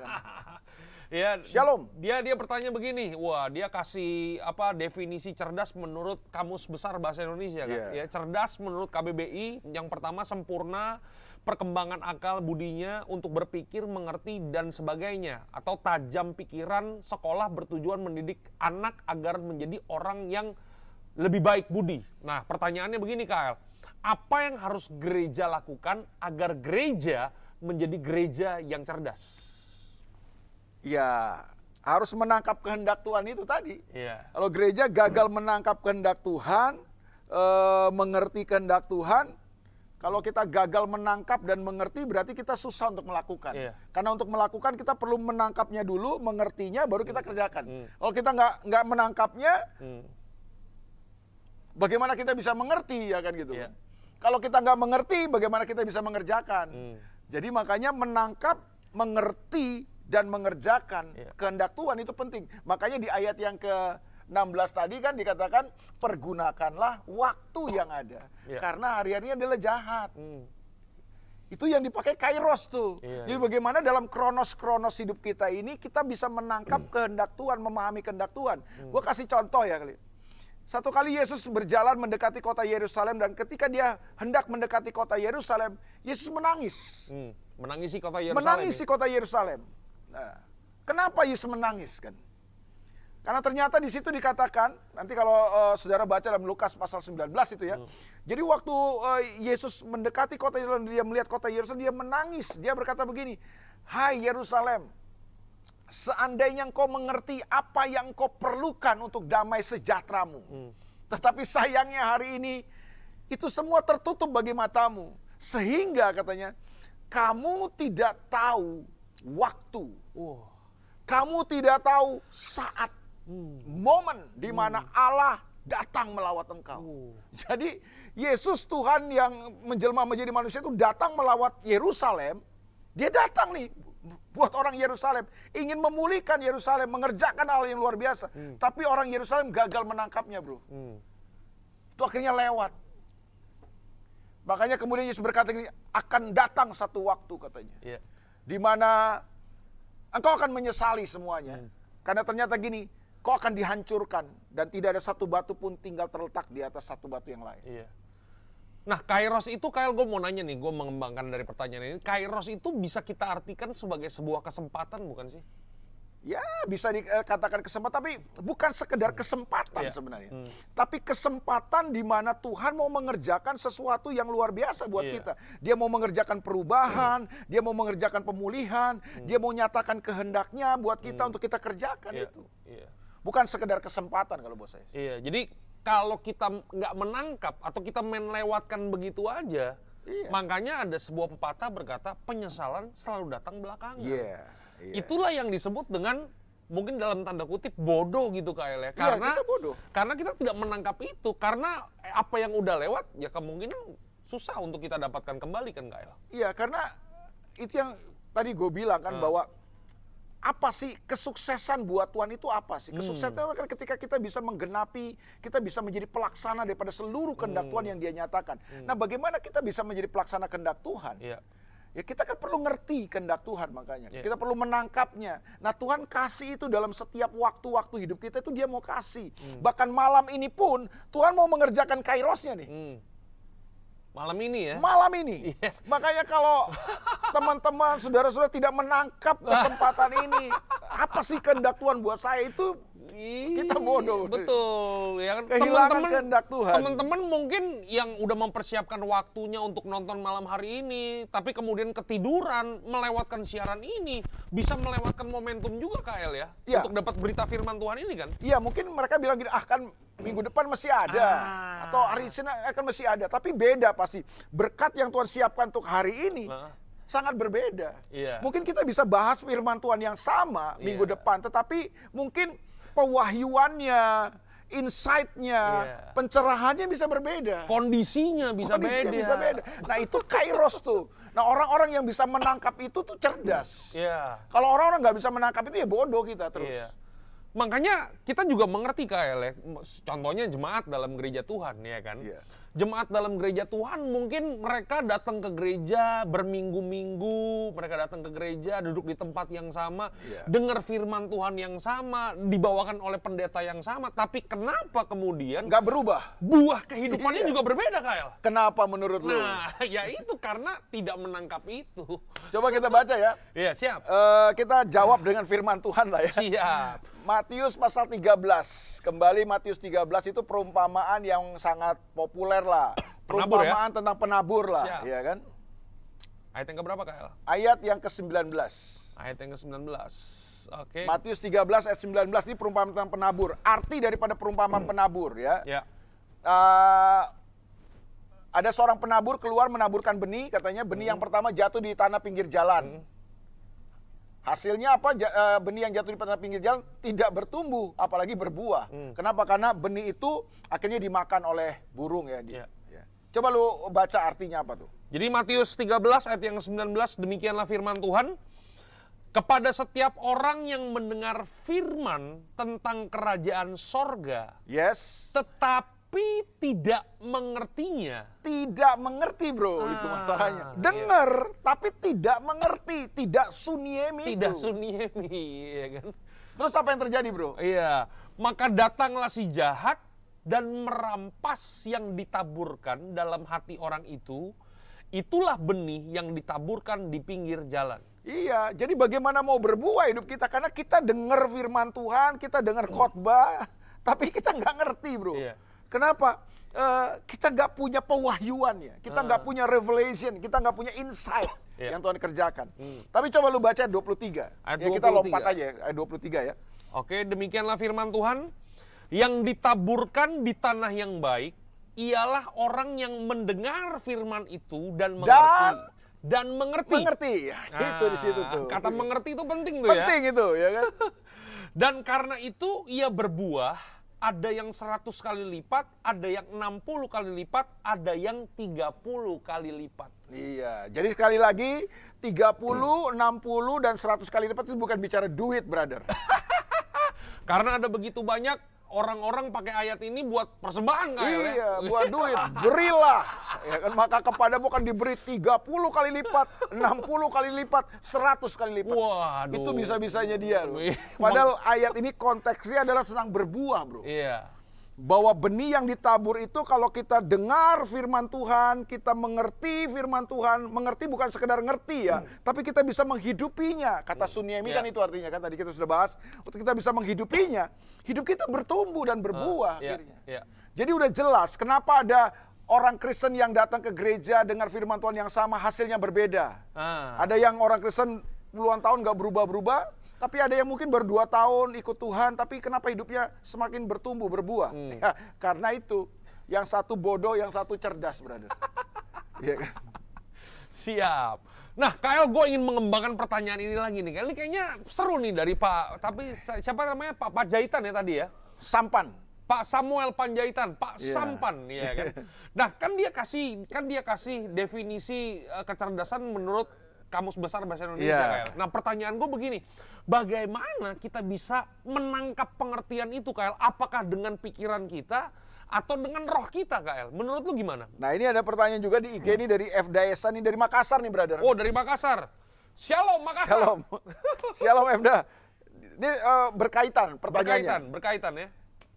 Ya, Shalom. Dia dia bertanya begini, wah dia kasih apa definisi cerdas menurut Kamus Besar Bahasa Indonesia kan? Yeah. Ya, cerdas menurut K B B I yang pertama sempurna perkembangan akal budinya untuk berpikir, mengerti dan sebagainya, atau tajam pikiran, sekolah bertujuan mendidik anak agar menjadi orang yang lebih baik budi. Nah, pertanyaannya begini Kael, apa yang harus gereja lakukan agar gereja menjadi gereja yang cerdas? Ya, harus menangkap kehendak Tuhan itu tadi. Iya. Kalau gereja gagal menangkap kehendak Tuhan, e, mengerti kehendak Tuhan, kalau kita gagal menangkap dan mengerti, berarti kita susah untuk melakukan. Iya. Karena untuk melakukan kita perlu menangkapnya dulu, mengertinya, baru kita kerjakan. Hmm. Kalau kita nggak nggak menangkapnya, Hmm. bagaimana kita bisa mengerti, ya kan gitu. Iya. Kalau kita nggak mengerti, bagaimana kita bisa mengerjakan? Hmm. Jadi makanya menangkap, mengerti, dan mengerjakan yeah. kehendak Tuhan itu penting. Makanya di ayat yang ke enam belas tadi kan dikatakan, pergunakanlah waktu yang ada. Yeah. Karena hari-harinya adalah jahat. Hmm. Itu yang dipakai kairos tuh. Yeah, Jadi yeah. bagaimana dalam kronos-kronos hidup kita ini, kita bisa menangkap hmm. kehendak Tuhan, memahami kehendak Tuhan. Hmm. Gue kasih contoh ya kali. Satu kali Yesus berjalan mendekati kota Yerusalem, dan ketika dia hendak mendekati kota Yerusalem, Yesus menangis. Hmm. Menangisi kota Yerusalem. Menangisi kota Yerusalem. Nah, kenapa Yesus menangis kan? Karena ternyata di situ dikatakan, nanti kalau uh, saudara baca dalam Lukas pasal sembilan belas itu ya. Hmm. Jadi waktu uh, Yesus mendekati kota Yerusalem, dia melihat kota Yerusalem, dia menangis. Dia berkata begini, "Hai Yerusalem, seandainya engkau mengerti apa yang engkau perlukan untuk damai sejahteramu. Hmm. Tetapi sayangnya hari ini, itu semua tertutup bagi matamu. Sehingga katanya, kamu tidak tahu waktu. Oh. Kamu tidak tahu saat, hmm. momen di mana hmm. Allah datang melawat engkau." Oh. Jadi Yesus Tuhan yang menjelma menjadi manusia itu datang melawat Yerusalem. Dia datang nih buat orang Yerusalem, ingin memulihkan Yerusalem, mengerjakan hal yang luar biasa. Hmm. Tapi orang Yerusalem gagal menangkapnya, bro. Hmm. Itu akhirnya lewat. Makanya kemudian Yesus berkata gini, akan datang satu waktu katanya. Yeah. Di mana engkau akan menyesali semuanya. Hmm. Karena ternyata gini, kau akan dihancurkan dan tidak ada satu batu pun tinggal terletak di atas satu batu yang lain. Iya. Nah, kairos itu, Kael, gue mau nanya nih, gue mengembangkan dari pertanyaan ini. Kairos itu bisa kita artikan sebagai sebuah kesempatan, bukan sih? ya bisa dikatakan kesempatan, tapi bukan sekedar kesempatan Iya. sebenarnya. Hmm. Tapi kesempatan di mana Tuhan mau mengerjakan sesuatu yang luar biasa buat Iya. kita. Dia mau mengerjakan perubahan, dia mau mengerjakan pemulihan, dia mau nyatakan kehendaknya buat kita untuk kita kerjakan Iya. itu. Iya. Bukan sekedar kesempatan kalau buat saya. Iya, jadi kalau kita nggak menangkap atau kita melewatkan begitu aja, Iya. makanya ada sebuah pepatah berkata penyesalan selalu datang belakangan. Iya. Iya. Itulah yang disebut dengan mungkin dalam tanda kutip bodoh gitu K L ya. Karena kita bodoh. karena kita tidak menangkap itu, karena apa yang udah lewat ya kemungkinan susah untuk kita dapatkan kembali kan K L. Iya, karena itu yang tadi gue bilang kan, Hmm. bahwa apa sih kesuksesan buat Tuhan itu apa sih? Kesuksesan Hmm. itu kan ketika kita bisa menggenapi, kita bisa menjadi pelaksana daripada seluruh kehendak Hmm. Tuhan yang Dia nyatakan. Nah, bagaimana kita bisa menjadi pelaksana kehendak Tuhan? Iya. Ya kita kan perlu ngerti kehendak Tuhan makanya. Iya. Kita perlu menangkapnya. Nah, Tuhan kasih itu dalam setiap waktu-waktu hidup kita itu Dia mau kasih. Bahkan malam ini pun Tuhan mau mengerjakan kairosnya nih. Hmm. Malam ini ya. Malam ini. Iya. Makanya kalau teman-teman, saudara-saudara tidak menangkap kesempatan ini, apa sih kehendak Tuhan buat saya itu, kita bodoh. Betul, ya kan. Kehilangan Teman-teman- kehendak Tuhan. Teman-teman mungkin yang udah mempersiapkan waktunya untuk nonton malam hari ini, tapi kemudian ketiduran, melewatkan siaran ini, bisa melewatkan momentum juga K L ya, Iya. untuk dapat berita firman Tuhan ini kan. Iya, mungkin mereka bilang gini, ah kan minggu depan masih ada, Ah. atau hari Senin akan masih ada. Tapi beda pasti. Berkat yang Tuhan siapkan untuk hari ini, Nah. sangat berbeda. Iya. Mungkin kita bisa bahas firman Tuhan yang sama minggu Iya. depan, tetapi mungkin pewahyuannya, insight-nya, Iya. pencerahannya bisa berbeda. Kondisinya bisa Kondisinya beda. bisa beda. Nah, itu kairos tuh. Nah, orang-orang yang bisa menangkap itu tuh cerdas. Iya. Kalau orang-orang nggak bisa menangkap itu ya bodoh kita terus. Iya. Makanya kita juga mengerti K L ya, contohnya jemaat dalam gereja Tuhan ya kan. Iya. Jemaat dalam gereja Tuhan mungkin mereka datang ke gereja berminggu-minggu, mereka datang ke gereja duduk di tempat yang sama, Iya. dengar firman Tuhan yang sama, dibawakan oleh pendeta yang sama, tapi kenapa kemudian Nggak berubah. buah kehidupannya Iya. juga berbeda K L? Kenapa menurut lu? Nah, ya itu karena tidak menangkap itu. Coba kita baca ya. Iya, siap. Eh, kita jawab dengan firman Tuhan lah ya. Siap. Matius pasal tiga belas. Kembali Matius tiga belas itu perumpamaan yang sangat populer lah. Penabur ya? Perumpamaan tentang penabur lah, Siap. ya kan? Ayat yang keberapa K L? Ayat yang ke sembilan belas. Ayat yang ke sembilan belas. Oke. Matius tiga belas ayat sembilan belas ini perumpamaan tentang penabur. Arti daripada perumpamaan penabur ya. Ya. Eh, ada seorang penabur keluar menaburkan benih, katanya benih yang pertama jatuh di tanah pinggir jalan. Hasilnya apa? Ja- eh, benih yang jatuh di tanah pinggir jalan tidak bertumbuh, apalagi berbuah. Kenapa? Karena benih itu akhirnya dimakan oleh burung ya. Di- Ya. ya. Coba lu baca artinya apa tuh? Jadi Matius tiga belas ayat yang sembilan belas, demikianlah firman Tuhan. Kepada setiap orang yang mendengar firman tentang kerajaan sorga, Yes. tetapi tidak mengertinya. Tidak mengerti bro, Ah, itu masalahnya. iya. Dengar, tapi tidak mengerti, tidak suniemi Tidak itu. suniemi, ya kan? Terus apa yang terjadi bro? Iya, maka datanglah si jahat dan merampas yang ditaburkan dalam hati orang itu. Itulah benih yang ditaburkan di pinggir jalan. Iya, jadi bagaimana mau berbuah hidup kita? Karena kita dengar firman Tuhan, kita dengar khotbah, tapi kita nggak ngerti bro. Iya. Kenapa? Eh, kita nggak punya pewahyuannya, kita nggak Ah. punya revelation, kita nggak punya insight Iya. yang Tuhan kerjakan. Hmm. Tapi coba lu baca dua puluh tiga. Ayat Ya kita dua puluh tiga. lompat aja, ayat dua puluh tiga ya. Oke, demikianlah firman Tuhan. Yang ditaburkan di tanah yang baik, ialah orang yang mendengar firman itu dan mengerti. Dan mengerti. Mengerti, ya, itu di situ tuh. Kata mengerti itu penting tuh ya. Penting itu, ya kan? Dan karena itu ia berbuah, ada yang seratus kali lipat, ada yang enam puluh kali lipat, ada yang tiga puluh kali lipat. Iya, jadi sekali lagi tiga puluh, enam puluh, dan seratus kali lipat itu bukan bicara duit, brother. Karena ada begitu banyak orang-orang pakai ayat ini buat persembahan kayak Iya, buat duit, berilah. Ya kan, maka kepadamu akan diberi tiga puluh kali lipat, enam puluh kali lipat, seratus kali lipat. Waduh. Itu bisa-bisanya dia loh. Wih, Padahal ayat ini konteksnya adalah senang berbuah, bro. Iya. bahwa benih yang ditabur itu kalau kita dengar firman Tuhan, kita mengerti firman Tuhan, mengerti bukan sekedar ngerti ya, hmm. tapi kita bisa menghidupinya. Kata Sunyemi hmm. kan yeah. itu artinya kan, tadi kita sudah bahas, untuk kita bisa menghidupinya, hidup kita bertumbuh dan berbuah uh, yeah, akhirnya. Yeah. Jadi udah jelas kenapa ada orang Kristen yang datang ke gereja dengar firman Tuhan yang sama, hasilnya berbeda. Uh. Ada yang orang Kristen puluhan tahun gak berubah-berubah, tapi ada yang mungkin baru dua tahun ikut Tuhan, tapi kenapa hidupnya semakin bertumbuh, berbuah? Hmm. Ya, karena itu, yang satu bodoh, yang satu cerdas, brother. Iya kan? Siap. Nah, K L, gue ingin mengembangkan pertanyaan ini lagi nih. Ini kayaknya seru nih dari Pak, tapi siapa namanya? Pak Panjaitan ya tadi ya? Sampan. Pak Samuel Panjaitan, Pak yeah. Sampan, ya kan? Nah, kan dia kasih, kan dia kasih definisi uh, kecerdasan menurut Kamus Besar Bahasa Indonesia. Yeah. K L. Nah, pertanyaan gue begini, bagaimana kita bisa menangkap pengertian itu, K L? Apakah dengan pikiran kita atau dengan roh kita, K L? Menurut lu gimana? Nah, ini ada pertanyaan juga di I G ini dari F Daesa nih, dari Makassar nih, brother. Oh, dari Makassar. Shalom Makassar. Shalom. Shalom F Da. Ini uh, berkaitan pertanyaannya. Berkaitan, berkaitan ya.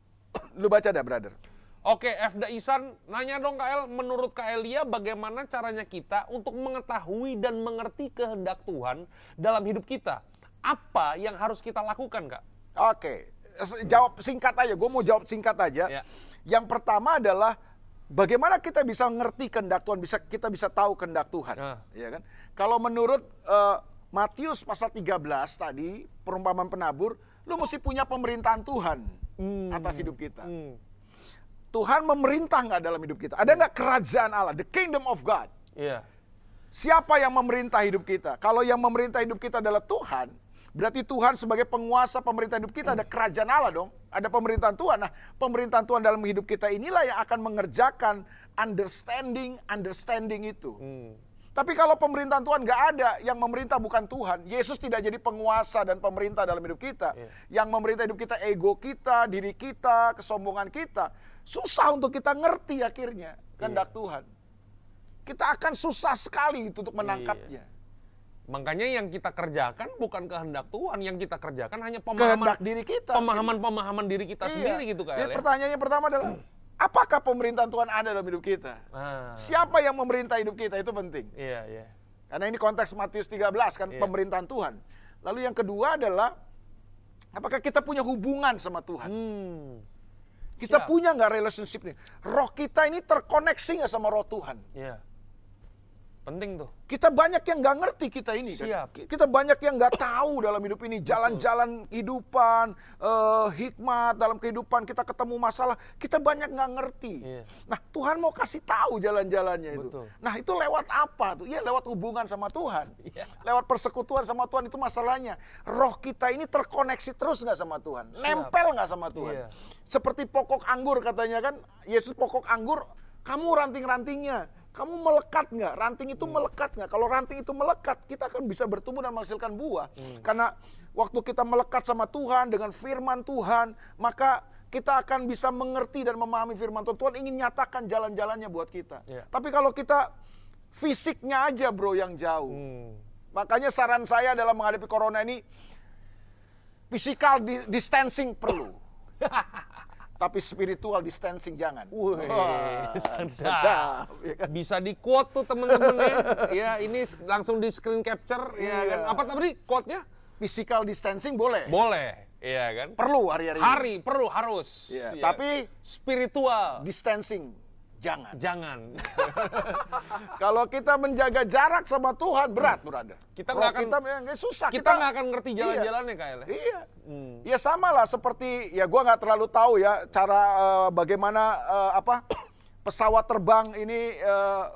Lu baca dah, brother. Oke, F Da Isan nanya dong K L, menurut K Elia bagaimana caranya kita untuk mengetahui dan mengerti kehendak Tuhan dalam hidup kita? Apa yang harus kita lakukan, Kak? Oke, jawab singkat aja, gue mau jawab singkat aja. Ya. Yang pertama adalah bagaimana kita bisa mengerti kehendak Tuhan, bisa kita bisa tahu kehendak Tuhan. Nah. Ya kan? Kalau menurut uh, Matius pasal tiga belas tadi, perumpamaan penabur, lu mesti punya pemerintahan Tuhan hmm. atas hidup kita. Hmm. Tuhan memerintah nggak dalam hidup kita? Ada nggak kerajaan Allah, the kingdom of God? Iya. Siapa yang memerintah hidup kita? Kalau yang memerintah hidup kita adalah Tuhan, berarti Tuhan sebagai penguasa pemerintah hidup kita, ada kerajaan Allah dong. Ada pemerintahan Tuhan. Nah, pemerintahan Tuhan dalam hidup kita inilah yang akan mengerjakan understanding, understanding itu. Hmm. Tapi kalau pemerintahan Tuhan nggak ada, yang memerintah bukan Tuhan, Yesus tidak jadi penguasa dan pemerintah dalam hidup kita. Yeah. Yang memerintah hidup kita ego kita, diri kita, kesombongan kita. Susah untuk kita ngerti akhirnya kehendak yeah. Tuhan. Kita akan susah sekali untuk menangkapnya. Yeah. Makanya yang kita kerjakan bukan kehendak Tuhan, yang kita kerjakan hanya pemahaman kehendak diri kita. Pemahaman-pemahaman diri kita yeah. sendiri gitu Kak. Ya, pertanyaannya pertama adalah apakah pemerintahan Tuhan ada dalam hidup kita? Ah. Siapa yang memerintah hidup kita? Itu penting. Iya, iya. Karena ini konteks Matius tiga belas kan, yeah. pemerintahan Tuhan. Lalu yang kedua adalah, apakah kita punya hubungan sama Tuhan? Hmm. Kita Siap. punya nggak relationship nih? Roh kita ini terkoneksi nggak sama roh Tuhan? Iya. Penting tuh. Kita banyak yang nggak ngerti kita ini kan. Kita banyak yang nggak tahu dalam hidup ini. Jalan-jalan kehidupan, uh, hikmat dalam kehidupan. Kita ketemu masalah, kita banyak nggak ngerti. Iya. Nah, Tuhan mau kasih tahu jalan-jalannya itu. Betul. Nah, itu lewat apa tuh? Iya, lewat hubungan sama Tuhan. Iya. Lewat persekutuan sama Tuhan, itu masalahnya. Roh kita ini terkoneksi terus nggak sama Tuhan? Siap. Nempel nggak sama Tuhan? Iya. Seperti pokok anggur katanya kan. Yesus pokok anggur, kamu ranting-rantingnya. Kamu melekat nggak? Ranting itu hmm. melekat nggak? Kalau ranting itu melekat, kita akan bisa bertumbuh dan menghasilkan buah. Hmm. Karena waktu kita melekat sama Tuhan dengan firman Tuhan, maka kita akan bisa mengerti dan memahami firman Tuhan. Tuhan ingin nyatakan jalan-jalannya buat kita. Yeah. Tapi kalau kita fisiknya aja bro yang jauh. Hmm. Makanya saran saya dalam menghadapi corona ini, physical distancing perlu. Tapi spiritual distancing jangan. Wih, oh, sedap. Ya kan? Bisa di quote tuh temen-temen ya. Ya, ini langsung di screen capture. Ya, ya kan? Apa tadi quote-nya? Physical distancing boleh. Boleh, iya kan? Perlu hari-hari. Hari, perlu, harus. Ya, ya. Tapi spiritual distancing jangan. Jangan. Kalau kita menjaga jarak sama Tuhan berat, brother. Kita nggak akan kita ya, susah. Kita nggak akan ngerti jalan-jalannya iya. kayaknya. Iya. Hmm. Ya sama lah seperti ya gua nggak terlalu tahu ya cara uh, bagaimana uh, apa pesawat terbang ini uh,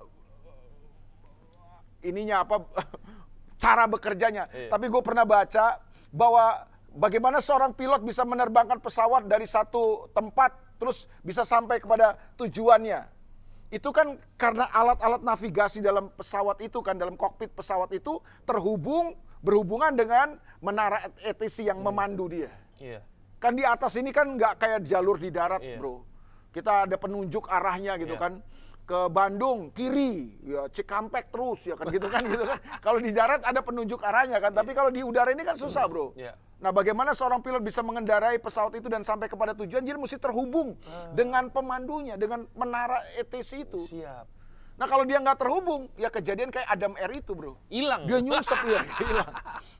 ininya apa cara bekerjanya. Iya. Tapi gue pernah baca bahwa bagaimana seorang pilot bisa menerbangkan pesawat dari satu tempat terus bisa sampai kepada tujuannya. Itu kan karena alat-alat navigasi dalam pesawat itu kan, dalam kokpit pesawat itu terhubung, berhubungan dengan menara E T C yang hmm. memandu dia. Iya. Kan di atas ini kan nggak kayak jalur di darat, iya. bro. Kita ada penunjuk arahnya gitu iya. kan. Ke Bandung, kiri, ya Cikampek terus, ya kan gitu kan. gitu kan. Kalau di darat ada penunjuk arahnya kan, tapi iya. kalau di udara ini kan susah bro. Iya. Nah, bagaimana seorang pilot bisa mengendarai pesawat itu dan sampai kepada tujuan? Jadi mesti terhubung uh. dengan pemandunya, dengan menara E T C itu. Siap. Nah, kalau dia nggak terhubung, ya kejadian kayak Adam Air itu, bro. Hilang. Dia nyungsep ya, hilang.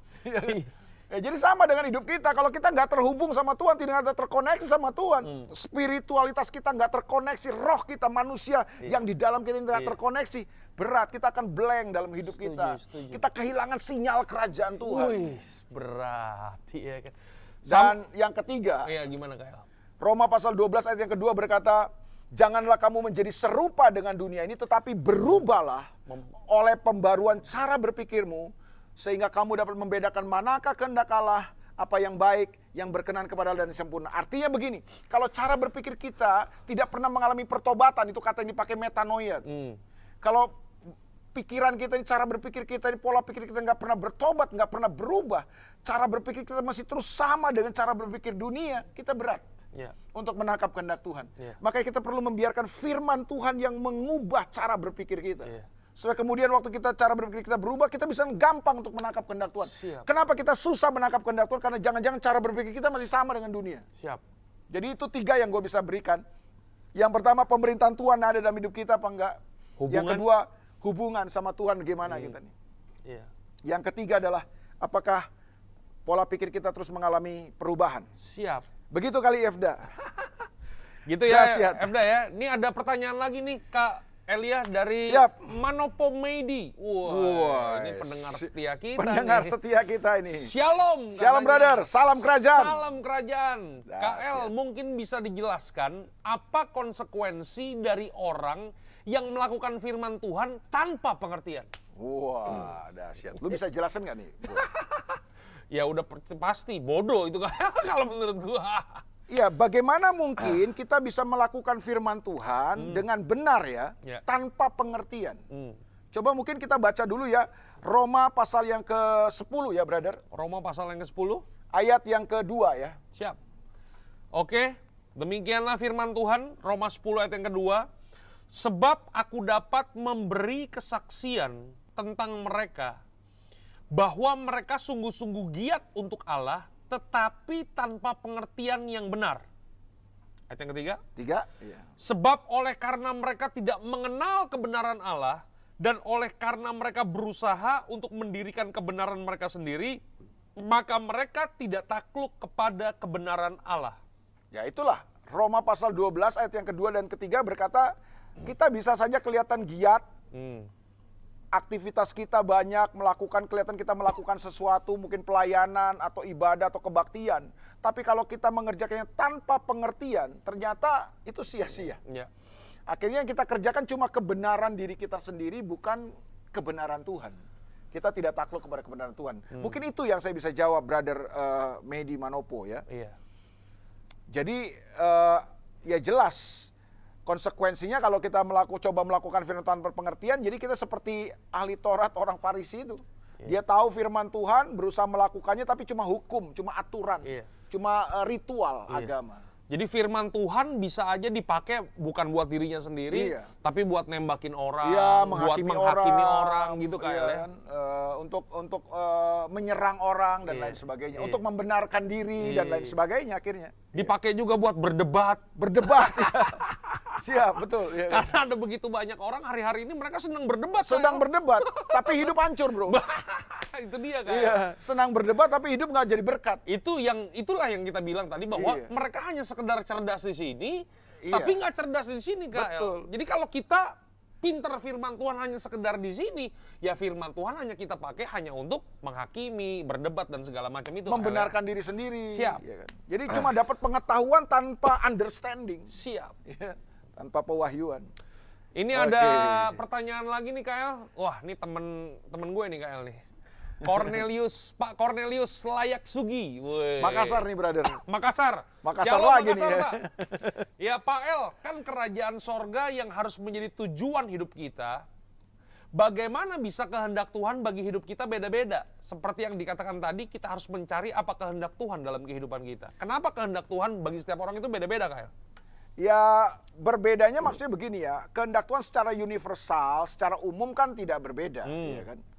Ya, jadi sama dengan hidup kita. Kalau kita nggak terhubung sama Tuhan, tidak ada terkoneksi sama Tuhan, hmm. spiritualitas kita nggak terkoneksi, roh kita manusia iya. yang di dalam kita nggak iya. terkoneksi, berat, kita akan blank dalam hidup setuju, kita. Setuju. Kita kehilangan sinyal kerajaan Tuhan. Wih, berat. Iya kan. Dan yang ketiga, iya, gimana Kak? Roma pasal dua belas ayat yang kedua berkata, janganlah kamu menjadi serupa dengan dunia ini, tetapi berubahlah oleh pembaruan cara berpikirmu, sehingga kamu dapat membedakan manakah kehendak Allah, apa yang baik, yang berkenan kepada Allah dan sempurna. Artinya begini, kalau cara berpikir kita tidak pernah mengalami pertobatan, itu kata yang dipakai metanoia. Hmm. Kalau pikiran kita, cara berpikir kita, pola pikir kita nggak pernah bertobat, nggak pernah berubah, cara berpikir kita masih terus sama dengan cara berpikir dunia, kita berat. Yeah. Untuk menangkap kehendak Tuhan. Yeah. Makanya kita perlu membiarkan firman Tuhan yang mengubah cara berpikir kita. Yeah. Supaya kemudian waktu kita cara berpikir kita berubah, kita bisa gampang untuk menangkap kehendak Tuhan. Siap. Kenapa kita susah menangkap kehendak Tuhan? Karena jangan-jangan cara berpikir kita masih sama dengan dunia. Siap. Jadi itu tiga yang gue bisa berikan. Yang pertama, pemerintahan Tuhan ada dalam hidup kita apa enggak? Hubungan. Yang kedua, hubungan sama Tuhan gimana hmm. kita nih. Yeah. Yang ketiga adalah, apakah pola pikir kita terus mengalami perubahan? Siap. Begitu kali Efda. Gitu ya, Efda ya. Ini ada pertanyaan lagi nih, Kak Elia dari Siap. Manopo Meidi. Wah, wow, ini pendengar setia kita. Pendengar nih. setia kita ini. Shalom. Shalom brother, salam kerajaan. Salam kerajaan. Kak El, mungkin bisa dijelaskan apa konsekuensi dari orang yang melakukan firman Tuhan tanpa pengertian? Wah, wow, dahsyat. Lu bisa jelasin nggak nih? Ya udah pasti bodoh itu kan kalau menurut gua. Iya, bagaimana mungkin kita bisa melakukan firman Tuhan hmm. dengan benar ya, ya, tanpa pengertian. Hmm. Coba mungkin kita baca dulu ya, Roma pasal yang ke sepuluh ya, brother. Roma pasal yang ke sepuluh. Ayat yang kedua ya. Siap. Oke, demikianlah firman Tuhan, Roma sepuluh ayat yang kedua. Sebab aku dapat memberi kesaksian tentang mereka, bahwa mereka sungguh-sungguh giat untuk Allah, tetapi tanpa pengertian yang benar. Ayat yang ketiga. Tiga. Iya. Sebab oleh karena mereka tidak mengenal kebenaran Allah, dan oleh karena mereka berusaha untuk mendirikan kebenaran mereka sendiri, maka mereka tidak takluk kepada kebenaran Allah. Ya itulah, Roma pasal dua belas ayat yang kedua dan ketiga berkata, kita bisa saja kelihatan giat, hmm. aktivitas kita banyak, melakukan kelihatan kita melakukan sesuatu, mungkin pelayanan atau ibadah atau kebaktian. Tapi kalau kita mengerjakannya tanpa pengertian, ternyata itu sia-sia. Ya. Akhirnya yang kita kerjakan cuma kebenaran diri kita sendiri, bukan kebenaran Tuhan. Kita tidak takluk kepada kebenaran Tuhan. Hmm. Mungkin itu yang saya bisa jawab, brother uh, Medi Manopo ya. Iya. Jadi uh, ya jelas. Konsekuensinya kalau kita melaku, coba melakukan firman Tuhan berpengertian, jadi kita seperti ahli Taurat orang Farisi itu. Yeah. Dia tahu firman Tuhan, berusaha melakukannya, tapi cuma hukum, cuma aturan, yeah. cuma uh, ritual yeah. agama. Jadi firman Tuhan bisa aja dipakai bukan buat dirinya sendiri, iya. tapi buat nembakin orang, iya, buat menghakimi orang, orang gitu kayak iya, kan? uh, untuk untuk uh, menyerang orang dan iya. lain sebagainya, iya. untuk membenarkan diri iya. dan lain sebagainya akhirnya. Dipakai iya. juga buat berdebat, berdebat. Siap, betul. Ya, Karena ya. ada begitu banyak orang hari-hari ini mereka senang berdebat. Sedang berdebat, tapi hidup hancur, bro. Itu dia kan. Iya, senang berdebat tapi hidup nggak jadi berkat. Itu yang itulah yang kita bilang tadi bahwa iya. mereka hanya sekedar cerdas di sini, iya. tapi nggak cerdas di sini, Kak. Betul. Jadi kalau kita pinter firman Tuhan hanya sekedar di sini, ya firman Tuhan hanya kita pakai hanya untuk menghakimi, berdebat dan segala macam itu. Membenarkan diri sendiri. Siap. Ya kan? Jadi ah. cuma dapat pengetahuan tanpa understanding. Siap. Ya. Tanpa pewahyuan. Ini okay. ada pertanyaan lagi nih, Kael. Wah, ini temen temen gue nih, Kael nih. Cornelius, Pak Cornelius Layak Sugi. Wey. Makassar nih, brother. Makassar. Makassar Shalom, lagi Makassar, nih ya. Pak. Ya, Pak El, kan kerajaan sorga yang harus menjadi tujuan hidup kita. Bagaimana bisa kehendak Tuhan bagi hidup kita beda-beda? Seperti yang dikatakan tadi, kita harus mencari apa kehendak Tuhan dalam kehidupan kita. Kenapa kehendak Tuhan bagi setiap orang itu beda-beda, Kael? Ya, berbedanya maksudnya begini ya, kehendak Tuhan secara universal, secara umum kan tidak berbeda, hmm. ya kan?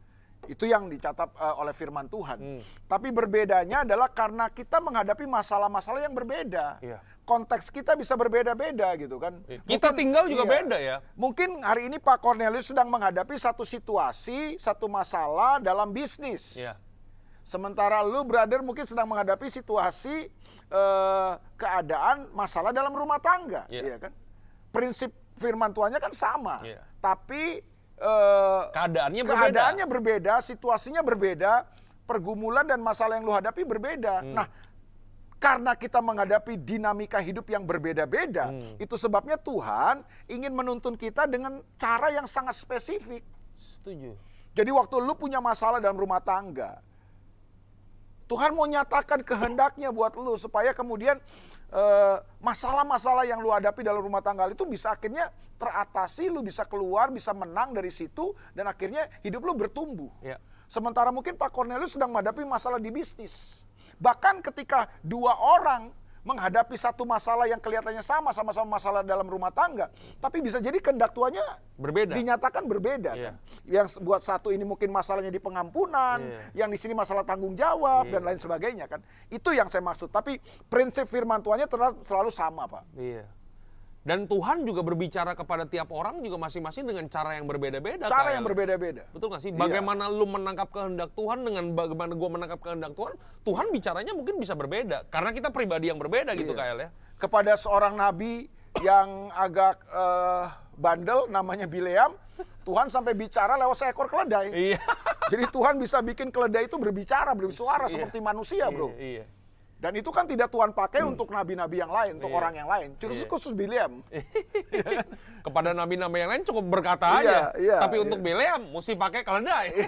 Itu yang dicatat uh, oleh firman Tuhan. Hmm. Tapi berbedanya adalah karena kita menghadapi masalah-masalah yang berbeda. Iya. Konteks kita bisa berbeda-beda gitu kan. Iya. Kita tinggal juga beda ya. Mungkin hari ini Pak Cornelius sedang menghadapi satu situasi, satu masalah dalam bisnis. Iya. Sementara lu brother mungkin sedang menghadapi situasi uh, keadaan masalah dalam rumah tangga. Iya. Iya kan? Prinsip firman Tuhannya kan sama. Iya. Tapi Uh, keadaannya berbeda. Keadaannya berbeda, situasinya berbeda, pergumulan dan masalah yang lu hadapi berbeda. Hmm. Nah, karena kita menghadapi dinamika hidup yang berbeda-beda, hmm. itu sebabnya Tuhan ingin menuntun kita dengan cara yang sangat spesifik. Setuju. Jadi waktu lu punya masalah dalam rumah tangga, Tuhan mau nyatakan kehendaknya buat lu supaya kemudian masalah-masalah uh, yang lu hadapi dalam rumah tangga itu bisa akhirnya teratasi, lu bisa keluar, bisa menang dari situ, dan akhirnya hidup lu bertumbuh. Ya. Sementara mungkin Pak Cornelius sedang menghadapi masalah di bisnis. Bahkan ketika dua orang menghadapi satu masalah yang kelihatannya sama, sama-sama masalah dalam rumah tangga, tapi bisa jadi kehendak Tuhannya berbeda. Dinyatakan berbeda. Yeah. Kan? Yang buat satu ini mungkin masalahnya di pengampunan, yeah. yang di sini masalah tanggung jawab, yeah. dan lain sebagainya kan. Itu yang saya maksud. Tapi prinsip firman Tuhannya selalu sama, Pak. Iya. Dan Tuhan juga berbicara kepada tiap orang juga masing-masing dengan cara yang berbeda-beda. Cara yang berbeda-beda. Betul nggak sih? Bagaimana iya. lu menangkap kehendak Tuhan dengan bagaimana gua menangkap kehendak Tuhan, Tuhan bicaranya mungkin bisa berbeda. Karena kita pribadi yang berbeda gitu, iya. K L ya. Kepada seorang nabi yang agak uh, bandel, namanya Bileam, Tuhan sampai bicara lewat seekor keledai. Iya. Jadi Tuhan bisa bikin keledai itu berbicara, bersuara iya. seperti manusia, bro. Iya, iya. Dan itu kan tidak Tuhan pakai hmm. untuk nabi-nabi yang lain, untuk iya. orang yang lain. Khusus, iya. khusus Bileam. Kepada nabi-nabi yang lain cukup berkata iya, aja. Iya, Tapi iya. untuk Bileam mesti pakai keledai.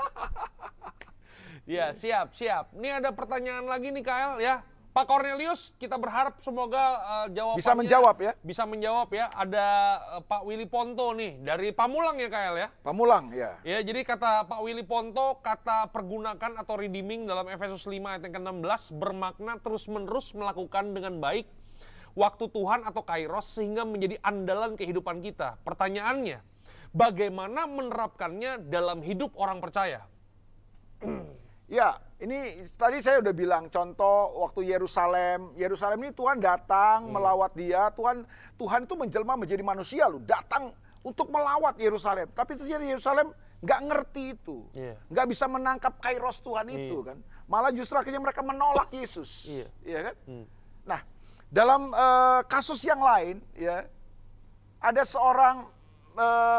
Ya, siap, siap. Ini ada pertanyaan lagi nih, K L ya. Pak Cornelius, kita berharap semoga uh, jawabannya bisa menjawab ya. Bisa menjawab ya. Ada uh, Pak Willy Ponto nih dari Pamulang ya, K L ya. Pamulang ya. Ya, jadi kata Pak Willy Ponto, kata pergunakan atau redeeming dalam Efesus lima ayat yang ke enam belas bermakna terus-menerus melakukan dengan baik waktu Tuhan atau kairos sehingga menjadi andalan kehidupan kita. Pertanyaannya, bagaimana menerapkannya dalam hidup orang percaya? Ya, ini tadi saya udah bilang contoh waktu Yerusalem. Yerusalem ini Tuhan datang hmm. melawat dia. Tuhan Tuhan itu menjelma menjadi manusia loh, datang untuk melawat Yerusalem. Tapi ternyata Yerusalem nggak ngerti itu, yeah. nggak bisa menangkap kairos Tuhan yeah. itu kan. Malah justru akhirnya mereka menolak Yesus, yeah. ya kan? Hmm. Nah, dalam uh, kasus yang lain, ya ada seorang uh,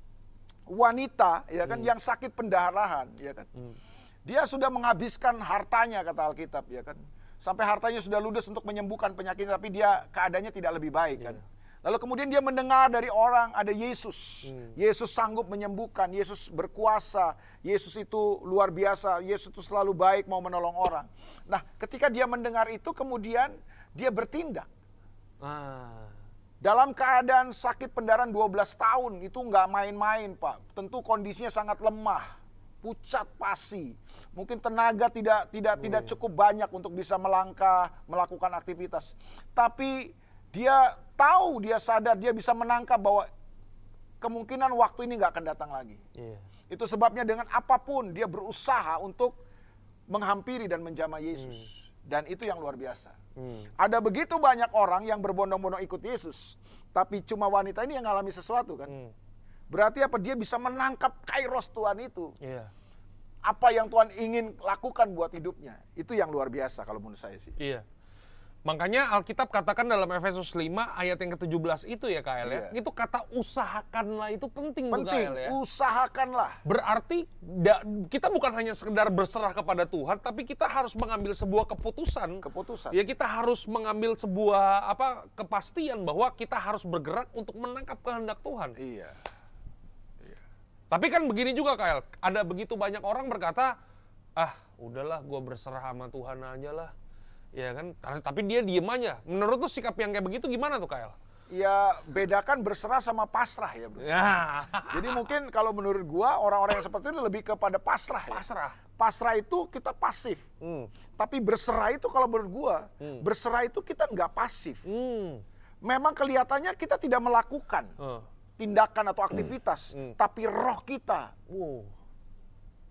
wanita, ya kan, hmm. yang sakit pendarahan, ya kan. Hmm. Dia sudah menghabiskan hartanya, kata Alkitab, ya kan. Sampai hartanya sudah ludes untuk menyembuhkan penyakit, tapi dia keadaannya tidak lebih baik, kan. Yeah. Lalu kemudian dia mendengar dari orang ada Yesus. Hmm. Yesus sanggup menyembuhkan, Yesus berkuasa, Yesus itu luar biasa, Yesus itu selalu baik mau menolong orang. Nah, ketika dia mendengar itu, kemudian dia bertindak. Ah. Dalam keadaan sakit pendarahan dua belas tahun, itu nggak main-main, Pak. Tentu kondisinya sangat lemah. Pucat pasi, mungkin tenaga tidak tidak oh, tidak cukup banyak untuk bisa melangkah, melakukan aktivitas. Tapi dia tahu, dia sadar, dia bisa menangkap bahwa kemungkinan waktu ini nggak akan datang lagi. Yeah. Itu sebabnya dengan apapun dia berusaha untuk menghampiri dan menjamah Yesus. Hmm. Dan itu yang luar biasa. Hmm. Ada begitu banyak orang yang berbondong-bondong ikut Yesus, tapi cuma wanita ini yang mengalami sesuatu kan. Hmm. Berarti apa? Dia bisa menangkap kairos Tuhan itu. Yeah. Apa yang Tuhan ingin lakukan buat hidupnya. Itu yang luar biasa kalau menurut saya sih. Iya. Makanya Alkitab katakan dalam Efesus lima ayat yang ke tujuh belas itu ya, K L ya. Iya. Itu kata usahakanlah itu penting, penting, K L ya. Usahakanlah. Berarti da, kita bukan hanya sekedar berserah kepada Tuhan, tapi kita harus mengambil sebuah keputusan. Keputusan. Ya, kita harus mengambil sebuah apa kepastian bahwa kita harus bergerak untuk menangkap kehendak Tuhan. Iya. Tapi kan begini juga, K L, ada begitu banyak orang berkata, ah udahlah gue berserah sama Tuhan aja lah. Ya kan, tapi dia diem aja. Menurut lu sikap yang kayak begitu gimana tuh, K L? Ya bedakan berserah sama pasrah ya bro. Ya. Jadi mungkin kalau menurut gua orang-orang yang seperti itu lebih kepada pasrah ya. Pasrah. Pasrah itu kita pasif. Hmm. Tapi berserah itu kalau menurut gua, hmm. berserah itu kita nggak pasif. Hmm. Memang kelihatannya kita tidak melakukan. Hmm. tindakan atau aktivitas, hmm. Hmm. tapi roh kita, wow.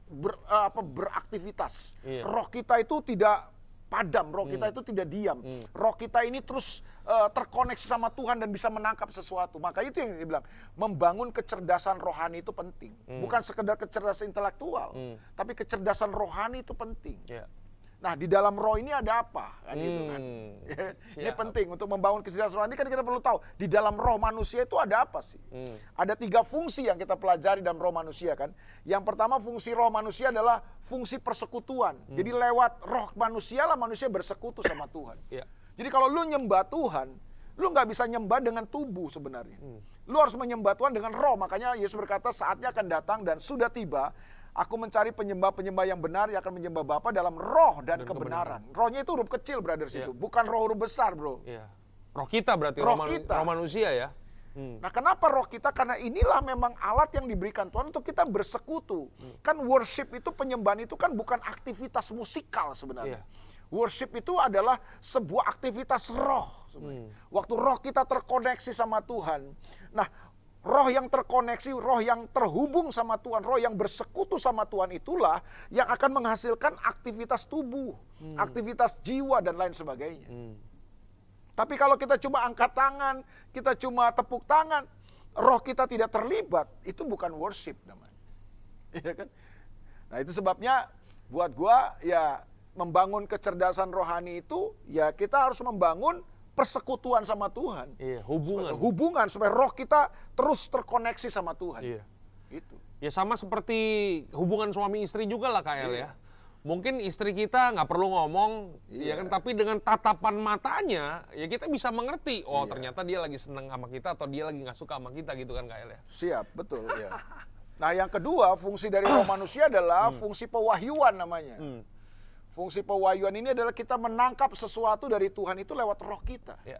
ber, eh, apa, beraktivitas. Iya. Roh kita itu tidak padam, roh kita itu tidak diam. Hmm. Roh kita ini terus uh, terkoneksi sama Tuhan dan bisa menangkap sesuatu. Maka itu yang dia bilang, membangun kecerdasan rohani itu penting. Hmm. Bukan sekedar kecerdasan intelektual, Hmm. tapi kecerdasan rohani itu penting. Ya. Nah, di dalam roh ini ada apa? Kan gitu kan. Hmm. Ini Siap. penting untuk membangun kecerdasan rohani, kan kita perlu tahu di dalam roh manusia itu ada apa sih? Hmm. Ada tiga fungsi yang kita pelajari dalam roh manusia kan. Yang pertama, fungsi roh manusia adalah fungsi persekutuan. Hmm. Jadi lewat roh manusia lah manusia bersekutu sama Tuhan. Ya. Jadi kalau lu nyembah Tuhan, lu nggak bisa nyembah dengan tubuh sebenarnya. Hmm. Lu harus menyembah Tuhan dengan roh. Makanya Yesus berkata saatnya akan datang dan sudah tiba. Aku mencari penyembah-penyembah yang benar yang akan menyembah Bapa dalam roh dan, Dan kebenaran. Rohnya itu huruf kecil, brothers Iya. itu. Bukan roh huruf besar, bro. Iya. Roh kita berarti, Roh roh, manu- kita. roh manusia ya. Hmm. Nah, kenapa roh kita? Karena inilah memang alat yang diberikan Tuhan untuk kita bersekutu. Hmm. Kan worship itu, penyembahan itu kan bukan aktivitas musikal sebenarnya. Iya. Worship itu adalah sebuah aktivitas roh sebenarnya. Hmm. Waktu roh kita terkoneksi sama Tuhan. Nah, roh yang terkoneksi, roh yang terhubung sama Tuhan, roh yang bersekutu sama Tuhan itulah yang akan menghasilkan aktivitas tubuh, Hmm. aktivitas jiwa dan lain sebagainya. Hmm. Tapi kalau kita cuma angkat tangan, kita cuma tepuk tangan, roh kita tidak terlibat, itu bukan worship namanya. Iya kan? Nah, itu sebabnya buat gua ya membangun kecerdasan rohani itu ya kita harus membangun persekutuan sama Tuhan. Iya, hubungan. Supaya- hubungan supaya roh kita terus terkoneksi sama Tuhan. Iya. Itu. Ya sama seperti hubungan suami istri juga lah Kak El Iya. ya. Mungkin istri kita nggak perlu ngomong, ya Iya. kan, tapi dengan tatapan matanya, ya kita bisa mengerti, oh Iya. ternyata dia lagi seneng sama kita atau dia lagi nggak suka sama kita gitu kan Kak El ya. Siap, betul ya. Nah, yang kedua, fungsi dari roh manusia adalah fungsi pewahyuan namanya. Hmm. Fungsi pewahyuan ini adalah kita menangkap sesuatu dari Tuhan itu lewat roh kita. Ya.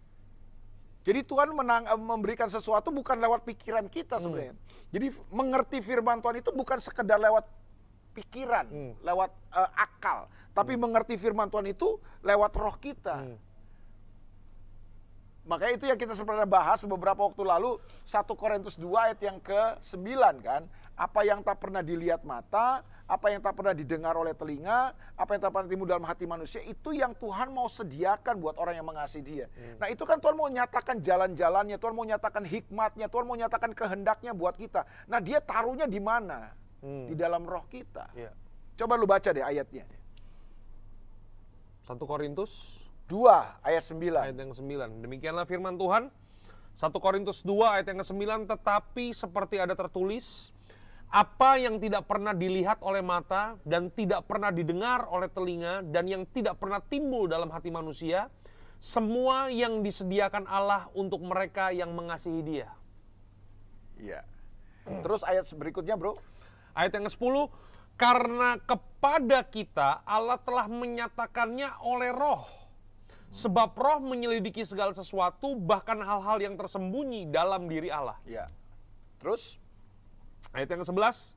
Jadi Tuhan menang, eh, memberikan sesuatu bukan lewat pikiran kita sebenarnya. Jadi f- mengerti firman Tuhan itu bukan sekedar lewat pikiran, Hmm. lewat eh, akal. Tapi mengerti firman Tuhan itu lewat roh kita. Hmm. Makanya itu yang kita pernah bahas beberapa waktu lalu, satu Korintus dua ayat yang ke sembilan kan. Apa yang tak pernah dilihat mata, apa yang tak pernah didengar oleh telinga, apa yang tak pernah timbul dalam hati manusia, itu yang Tuhan mau sediakan buat orang yang mengasihi dia. Hmm. Nah, itu kan Tuhan mau nyatakan jalan-jalannya, Tuhan mau nyatakan hikmatnya, Tuhan mau nyatakan kehendaknya buat kita. Nah, dia taruhnya di mana? Hmm. Di dalam roh kita. Ya. Coba lu baca deh ayatnya. satu Korintus dua ayat sembilan. ayat yang sembilan. Demikianlah firman Tuhan. satu Korintus dua ayat yang kesembilan, tetapi seperti ada tertulis, apa yang tidak pernah dilihat oleh mata dan tidak pernah didengar oleh telinga dan yang tidak pernah timbul dalam hati manusia, semua yang disediakan Allah untuk mereka yang mengasihi Dia. Iya. Terus ayat berikutnya, Bro. Ayat yang kesepuluh, karena kepada kita Allah telah menyatakannya oleh roh. Sebab roh menyelidiki segala sesuatu, bahkan hal-hal yang tersembunyi dalam diri Allah. Iya. Terus Ayat yang kesebelas,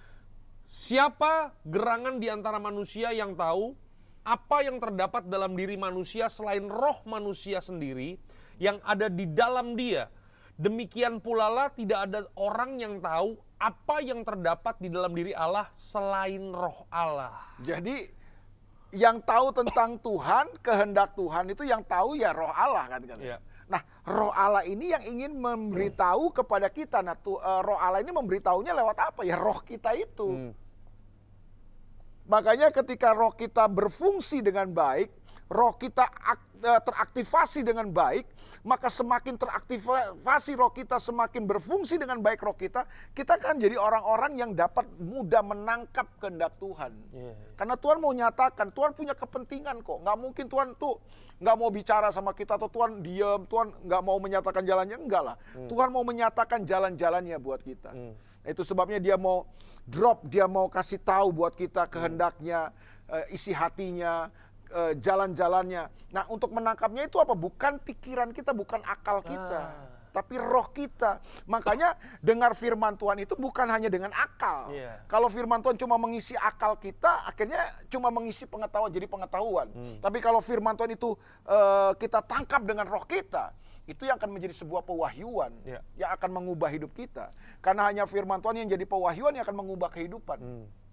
siapa gerangan di antara manusia yang tahu apa yang terdapat dalam diri manusia selain roh manusia sendiri yang ada di dalam dia? Demikian pula lah tidak ada orang yang tahu apa yang terdapat di dalam diri Allah selain roh Allah. jadi yang tahu tentang Tuhan, kehendak Tuhan itu yang tahu ya roh Allah kan kan. Iya. Nah, roh Allah ini yang ingin memberitahu kepada kita. Nah, tu, uh, roh Allah ini memberitahunya lewat apa? Ya roh kita itu. Hmm. Makanya ketika roh kita berfungsi dengan baik, roh kita ak- uh, teraktivasi dengan baik, maka semakin teraktivasi roh kita, semakin berfungsi dengan baik roh kita, kita kan jadi orang-orang yang dapat mudah menangkap kehendak Tuhan. Yeah. Karena Tuhan mau nyatakan, Tuhan punya kepentingan kok. Nggak mungkin Tuhan tuh nggak mau bicara sama kita, atau Tuhan diam, Tuhan nggak mau menyatakan jalannya, enggak lah. Hmm. Tuhan mau menyatakan jalan-jalannya buat kita. Hmm. Itu sebabnya dia mau drop, dia mau kasih tahu buat kita kehendaknya, eh, isi hatinya, eh, jalan-jalannya. Nah, untuk menangkapnya itu apa? Bukan pikiran kita, bukan akal kita. Ah. Tapi roh kita. Makanya dengar firman Tuhan itu bukan hanya dengan akal. Iya. Kalau firman Tuhan cuma mengisi akal kita, akhirnya cuma mengisi pengetahuan, jadi pengetahuan. Hmm. Tapi kalau firman Tuhan itu eh, kita tangkap dengan roh kita, itu yang akan menjadi sebuah pewahyuan, Iya. yang akan mengubah hidup kita. Karena hanya firman Tuhan yang jadi pewahyuan yang akan mengubah kehidupan. Hmm.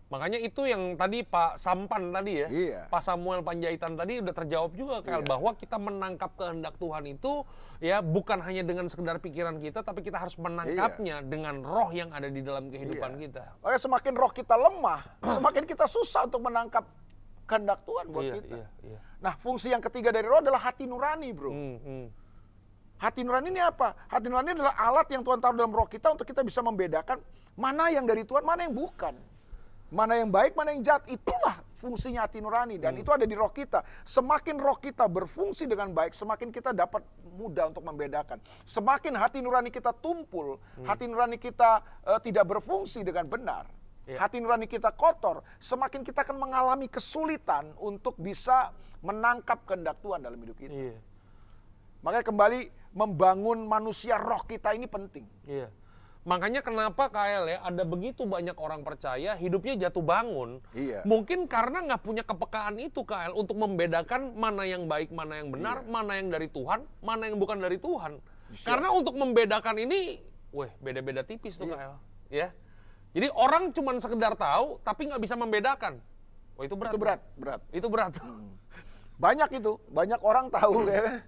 Makanya itu yang tadi Pak Sampan tadi ya, Iya. Pak Samuel Panjaitan tadi udah terjawab juga Kael, Iya. bahwa kita menangkap kehendak Tuhan itu ya bukan hanya dengan sekedar pikiran kita, tapi kita harus menangkapnya dengan roh yang ada di dalam kehidupan Iya. kita. Makanya semakin roh kita lemah, semakin kita susah untuk menangkap kehendak Tuhan buat Iya, kita. iya, iya. Nah, fungsi yang ketiga dari roh adalah hati nurani, bro. Hmm, hmm. Hati nurani ini apa? Hati nurani adalah alat yang Tuhan taruh dalam roh kita untuk kita bisa membedakan mana yang dari Tuhan, mana yang bukan. Mana yang baik, mana yang jahat. Itulah fungsinya hati nurani. Dan Hmm. itu ada di roh kita. Semakin roh kita berfungsi dengan baik, semakin kita dapat mudah untuk membedakan. Semakin hati nurani kita tumpul, Hmm. hati nurani kita eh, tidak berfungsi dengan benar. Ya. Hati nurani kita kotor, semakin kita akan mengalami kesulitan untuk bisa menangkap kehendak Tuhan dalam hidup kita. Iya, Makanya kembali membangun manusia roh kita ini penting. iya. Makanya kenapa Kael ya ada begitu banyak orang percaya hidupnya jatuh bangun. Iya. Mungkin karena nggak punya kepekaan itu Kael untuk membedakan mana yang baik, mana yang benar, Iya. mana yang dari Tuhan, mana yang bukan dari Tuhan. Siap. Karena untuk membedakan ini, weh beda-beda tipis tuh Iya. Kael. Ya. Jadi orang cuman sekedar tahu tapi nggak bisa membedakan. Wah itu berat. Itu berat, berat. Itu berat. Banyak itu, banyak orang tahu ya kan.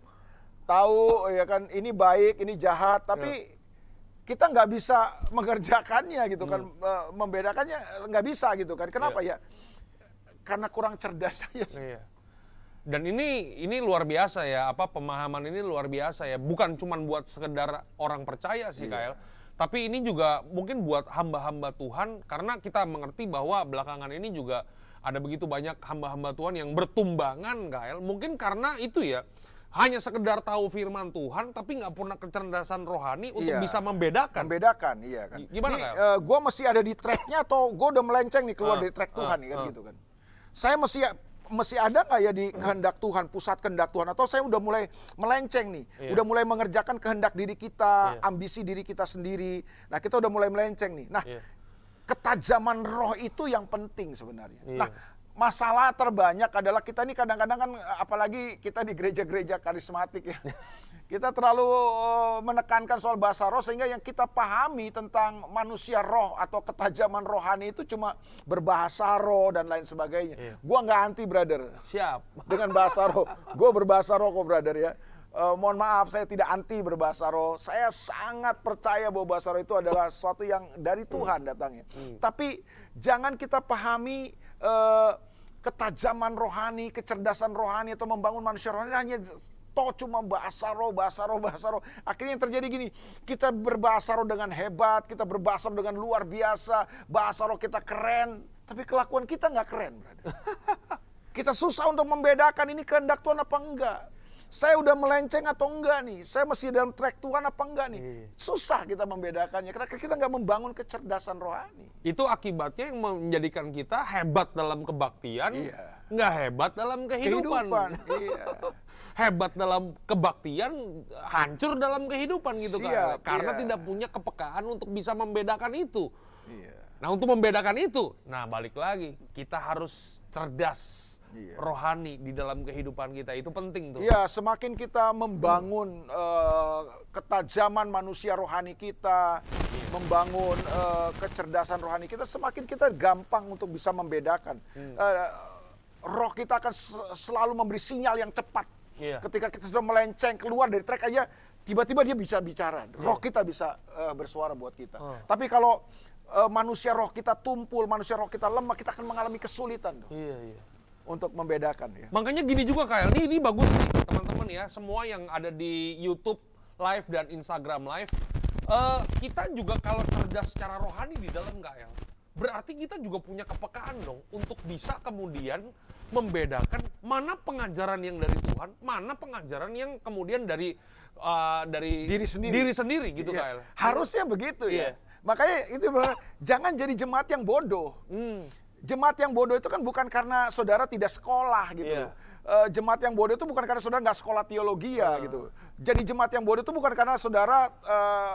Tahu ya kan ini baik, ini jahat, tapi kita nggak bisa mengerjakannya gitu kan, eh, membedakannya nggak bisa gitu kan. Kenapa ya? Karena kurang cerdas saja. Iya. Dan ini ini luar biasa ya, apa pemahaman ini luar biasa ya. Bukan cuma buat sekedar orang percaya sih Kael, tapi ini juga mungkin buat hamba-hamba Tuhan karena kita mengerti bahwa belakangan ini juga ada begitu banyak hamba-hamba Tuhan yang bertumbangan Kael. Mungkin karena itu ya, hanya sekedar tahu firman Tuhan tapi nggak punya kecerdasan rohani untuk Iya. bisa membedakan. Membedakan, iya kan. Gimana, Ini, Kak? eh, gua masih ada di tracknya atau gua udah melenceng nih Ah, keluar dari track Tuhan ah, nih kan ah. gitu kan. Saya masih masih ada nggak ya di kehendak Tuhan, pusat kehendak Tuhan, atau saya udah mulai melenceng nih, Iya. udah mulai mengerjakan kehendak diri kita, Iya. ambisi diri kita sendiri. Nah kita udah mulai melenceng nih. Nah Iya. ketajaman roh itu yang penting sebenarnya. Iya. Nah masalah terbanyak adalah kita nih kadang-kadang kan, apalagi kita di gereja-gereja karismatik ya, kita terlalu uh, menekankan soal bahasa roh sehingga yang kita pahami tentang manusia roh atau ketajaman rohani itu cuma berbahasa roh dan lain sebagainya. Iya. Gua nggak anti brother Siap. dengan bahasa roh, gua berbahasa roh kok brother ya. Eh, mohon maaf, saya tidak anti berbahasa roh. Saya sangat percaya bahwa bahasa roh itu adalah sesuatu yang dari Tuhan datangnya. Tapi jangan kita pahami eh, ketajaman rohani, kecerdasan rohani atau membangun manusia rohani hanya toh cuma bahasa roh, bahasa roh, bahasa roh. Akhirnya yang terjadi gini, kita berbahasa roh dengan hebat, kita berbahasa roh dengan luar biasa, bahasa roh kita keren, tapi kelakuan kita nggak keren. Brother. Kita susah untuk membedakan ini kehendak Tuhan apa enggak. Saya udah melenceng atau enggak nih? Saya masih dalam track Tuhan apa enggak nih? Susah kita membedakannya karena kita nggak membangun kecerdasan rohani. Itu akibatnya yang menjadikan kita hebat dalam kebaktian, Iya. nggak hebat dalam kehidupan. Kehidupan, iya. Hebat dalam kebaktian, hancur dalam kehidupan gitu kan. Siap, Karena iya. tidak punya kepekaan untuk bisa membedakan itu. Iya. Nah untuk membedakan itu, nah balik lagi, kita harus cerdas. Iya. Rohani di dalam kehidupan kita itu penting tuh. Iya, semakin kita membangun eh, ketajaman manusia rohani kita, membangun eh, kecerdasan rohani kita, semakin kita gampang untuk bisa membedakan. Eh, roh kita akan s- selalu memberi sinyal yang cepat. Iya. Ketika kita sudah melenceng keluar dari track aja, tiba-tiba dia bisa bicara. Roh kita bisa eh, bersuara buat kita. Oh. Tapi kalau eh, manusia roh kita tumpul, manusia roh kita lemah, kita akan mengalami kesulitan tuh, Iya, iya. untuk membedakan ya. Makanya gini juga Kael, ini, ini bagus nih teman-teman ya, semua yang ada di YouTube Live dan Instagram Live, eh, kita juga kalau cerdas secara rohani di dalam Kael, berarti kita juga punya kepekaan dong untuk bisa kemudian membedakan mana pengajaran yang dari Tuhan, mana pengajaran yang kemudian dari eh, dari Diri sendiri. diri sendiri gitu Iya. Kael. Harusnya begitu Iya. ya. Makanya itu benar, jangan jadi jemaat yang bodoh. Hmm. Jemaat yang bodoh itu kan bukan karena saudara tidak sekolah gitu. Iya. Eh, jemaat yang bodoh itu bukan karena saudara nggak sekolah teologi ya gitu. Jadi jemaat yang bodoh itu bukan karena saudara eh,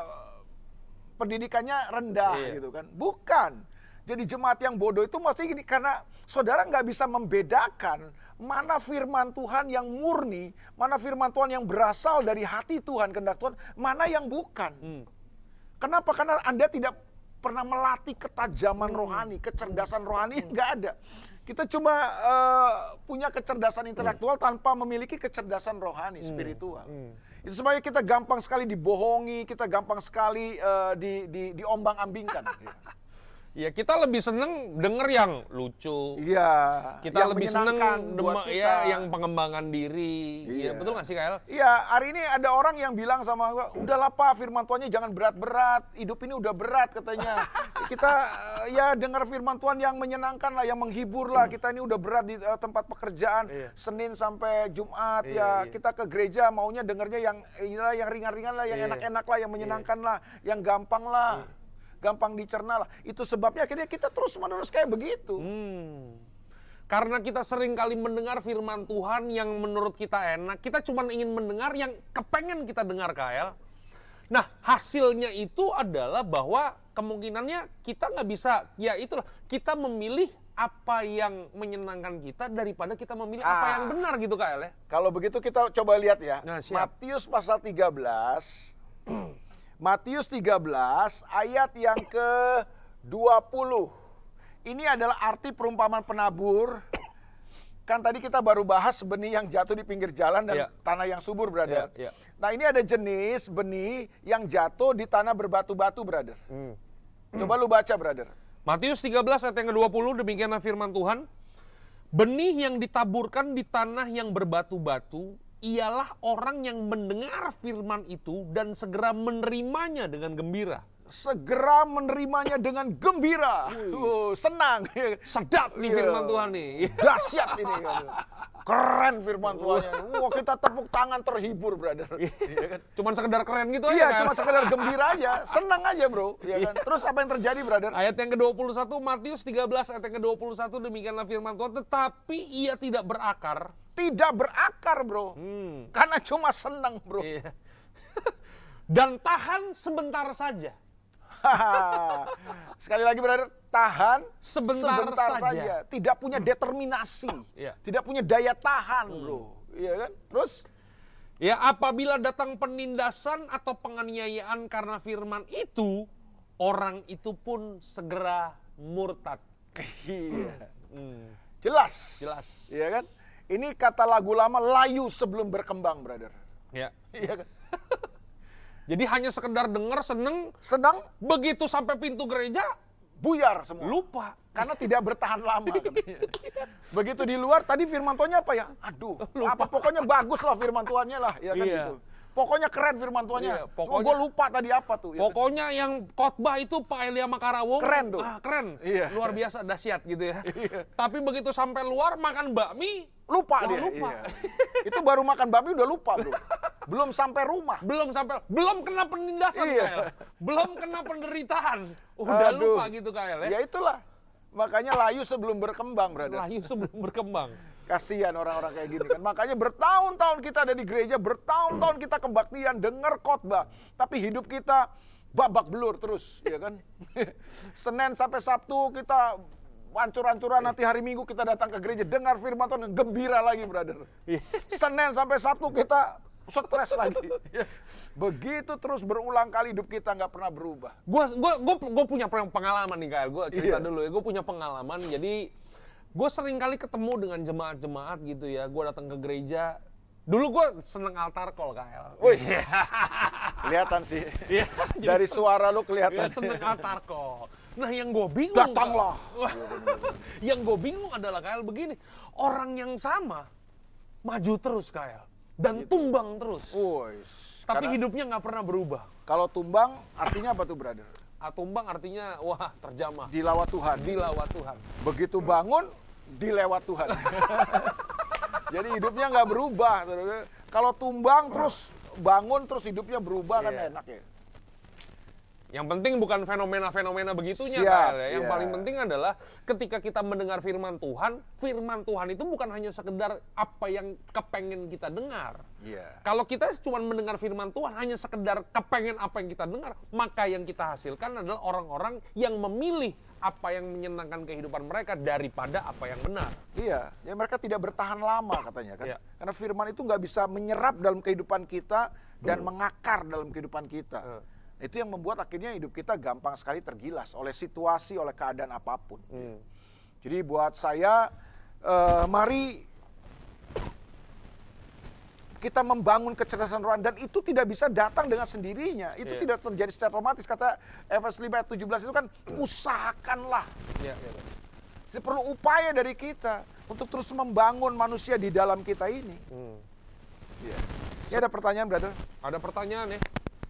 pendidikannya rendah Iya. gitu kan. Bukan. Jadi jemaat yang bodoh itu maksudnya gini, karena saudara nggak bisa membedakan mana firman Tuhan yang murni, mana firman Tuhan yang berasal dari hati Tuhan, kehendak Tuhan, mana yang bukan. Hmm. Kenapa? Karena Anda tidak pernah melatih ketajaman rohani, kecerdasan rohani, nggak ada. Kita cuma uh, punya kecerdasan intelektual tanpa memiliki kecerdasan rohani, spiritual. Itu sebabnya kita gampang sekali dibohongi, kita gampang sekali uh, di, di, diombang-ambingkan. Ya kita lebih seneng denger yang lucu. Iya. Kita yang lebih seneng buat dem- kita. ya yang pengembangan diri. Iya, Iya. betul nggak sih Kael? Iya, hari ini ada orang yang bilang sama gua, udahlah Pak, firman Tuhannya jangan berat-berat. Hidup ini udah berat katanya. Kita uh, ya dengar firman Tuhan yang menyenangkan lah, yang menghibur lah. Kita ini udah berat di uh, tempat pekerjaan. Iya. Senin sampai Jumat Iya, ya. iya. Kita ke gereja maunya dengarnya yang inilah yang ringan-ringan lah, yang Iya. enak-enak lah, yang menyenangkan lah, yang gampang lah. Gampang dicerna lah. Itu sebabnya akhirnya kita terus-menerus kayak begitu. Hmm. Karena kita sering kali mendengar firman Tuhan yang menurut kita enak, kita cuma ingin mendengar yang kepengen kita dengar, Kael. Nah, hasilnya itu adalah bahwa kemungkinannya kita nggak bisa, ya itulah, kita memilih apa yang menyenangkan kita daripada kita memilih apa Ah. yang benar gitu, Kael ya. Kalau begitu kita coba lihat ya. Nah, siap. Matius pasal tiga belas. Matius tiga belas ayat yang ke dua puluh. Ini adalah arti perumpamaan penabur. Kan tadi kita baru bahas benih yang jatuh di pinggir jalan dan Iya. tanah yang subur, brother. Iya, iya. Nah, ini ada jenis benih yang jatuh di tanah berbatu-batu, brother. Hmm. Coba lu baca, brother. Matius tiga belas ayat yang ke dua puluh, demikianlah firman Tuhan. Benih yang ditaburkan di tanah yang berbatu-batu ialah orang yang mendengar firman itu dan segera menerimanya dengan gembira. Segera menerimanya dengan gembira. Oh, senang. Sedap nih Iya. firman Tuhan nih. Dahsyat ini. Keren firman Tuhannya. Wah, kita tepuk tangan terhibur, brother. Iya kan? Cuman sekedar keren gitu aja Iya, kan? cuma sekedar gembira aja. Senang aja, bro. Iya kan? Terus apa yang terjadi, brother? Ayat yang ke dua puluh satu, Matius tiga belas ayat yang ke dua puluh satu, demikianlah firman Tuhan. Tetapi ia tidak berakar. Tidak berakar, bro. Hmm. Karena cuma senang, bro. Iya. Dan tahan sebentar saja. Sekali lagi, brother, tahan Sebentar saja. Tidak punya determinasi. Iya. Tidak punya daya tahan, bro. Iya kan? Terus? Ya, apabila datang penindasan atau penganiayaan karena firman itu, orang itu pun segera murtad. Iya. Hmm. Jelas. Jelas. Iya kan? Ini kata lagu lama, layu sebelum berkembang, brother. Ya. Iya kan? Jadi hanya sekedar dengar, seneng, Senang, begitu sampai pintu gereja, buyar semua. lupa. Karena tidak bertahan lama. Katanya. Begitu di luar, tadi firman Tuhannya apa ya? Aduh, apa pokoknya bagus lah firman Tuhannya lah. Ya kan Iya. gitu. Pokoknya keren firman Tuhannya. Iya, Cuma pokoknya- gue lupa tadi apa tuh. Ya kan? Pokoknya yang khotbah itu Pak Elia Makarawung. Keren tuh. Ah, keren. Iya. Luar biasa, dahsyat gitu ya. Tapi begitu sampai luar, makan bakmi, Lupa Wah, dia. lupa. Iya. Itu baru makan bakmi udah lupa, bro. Belum sampai rumah. belum sampai, belum kena penindasan, Iya. Kael. Belum kena penderitaan. Udah Aduh. lupa gitu, Kael ya. Ya itulah. Makanya layu sebelum berkembang, brother. Layu sebelum berkembang. Kasihan orang-orang kayak gini kan. Makanya bertahun-tahun kita ada di gereja, bertahun-tahun kita kebaktian, dengar khotbah, tapi hidup kita babak belur terus, ya kan? Senin sampai Sabtu kita hancur-hancuran, nanti hari Minggu kita datang ke gereja, dengar firman Tuhan, gembira lagi, brother. Senin sampai Sabtu kita stres lagi. Begitu terus berulang kali hidup kita nggak pernah berubah. Gue gua, gua, gua punya pengalaman nih, Kael. Gue cerita Iya. dulu ya. Gue punya pengalaman. Jadi gue sering kali ketemu dengan jemaat-jemaat gitu ya. Gue datang ke gereja. Dulu gue seneng altar call, Kael. Wih, kelihatan sih. Iya, Dari suara lu Ya, kelihatan. seneng altar call. Nah, yang gue bingung, Datanglah. Wah, yang gue bingung adalah, Kael, begini. Orang yang sama maju terus, Kael, dan tumbang terus. Wih, Tapi karena hidupnya nggak pernah berubah. kalau tumbang artinya apa tuh, brother? Ah, tumbang artinya wah terjamah, Dilawat Tuhan. dilawat Tuhan. Begitu bangun, dilewat Tuhan. Jadi hidupnya nggak berubah. Kalau tumbang terus bangun terus hidupnya berubah kan Iya. enak ya. Yang penting bukan fenomena-fenomena begitunya, Siap, Kael, ya. Yang iya. paling penting adalah ketika kita mendengar firman Tuhan, firman Tuhan itu bukan hanya sekedar apa yang kepengen kita dengar. Iya. Kalau kita cuma mendengar firman Tuhan hanya sekedar kepengen apa yang kita dengar, maka yang kita hasilkan adalah orang-orang yang memilih apa yang menyenangkan kehidupan mereka daripada apa yang benar. Iya, ya mereka tidak bertahan lama katanya kan. Iya. Karena firman itu nggak bisa menyerap dalam kehidupan kita dan mengakar dalam kehidupan kita. Hmm. Itu yang membuat akhirnya hidup kita gampang sekali tergilas oleh situasi, oleh keadaan apapun. Hmm. Jadi buat saya, uh, mari kita membangun kecerdasan rohani, dan itu tidak bisa datang dengan sendirinya. Itu yeah. tidak terjadi secara otomatis. Kata Efesus lima ayat tujuh belas itu kan, usahakanlah. Yeah, yeah. Jadi perlu upaya dari kita untuk terus membangun manusia di dalam kita ini. Hmm. Yeah. Ini ada pertanyaan, brother? Ada pertanyaan ya.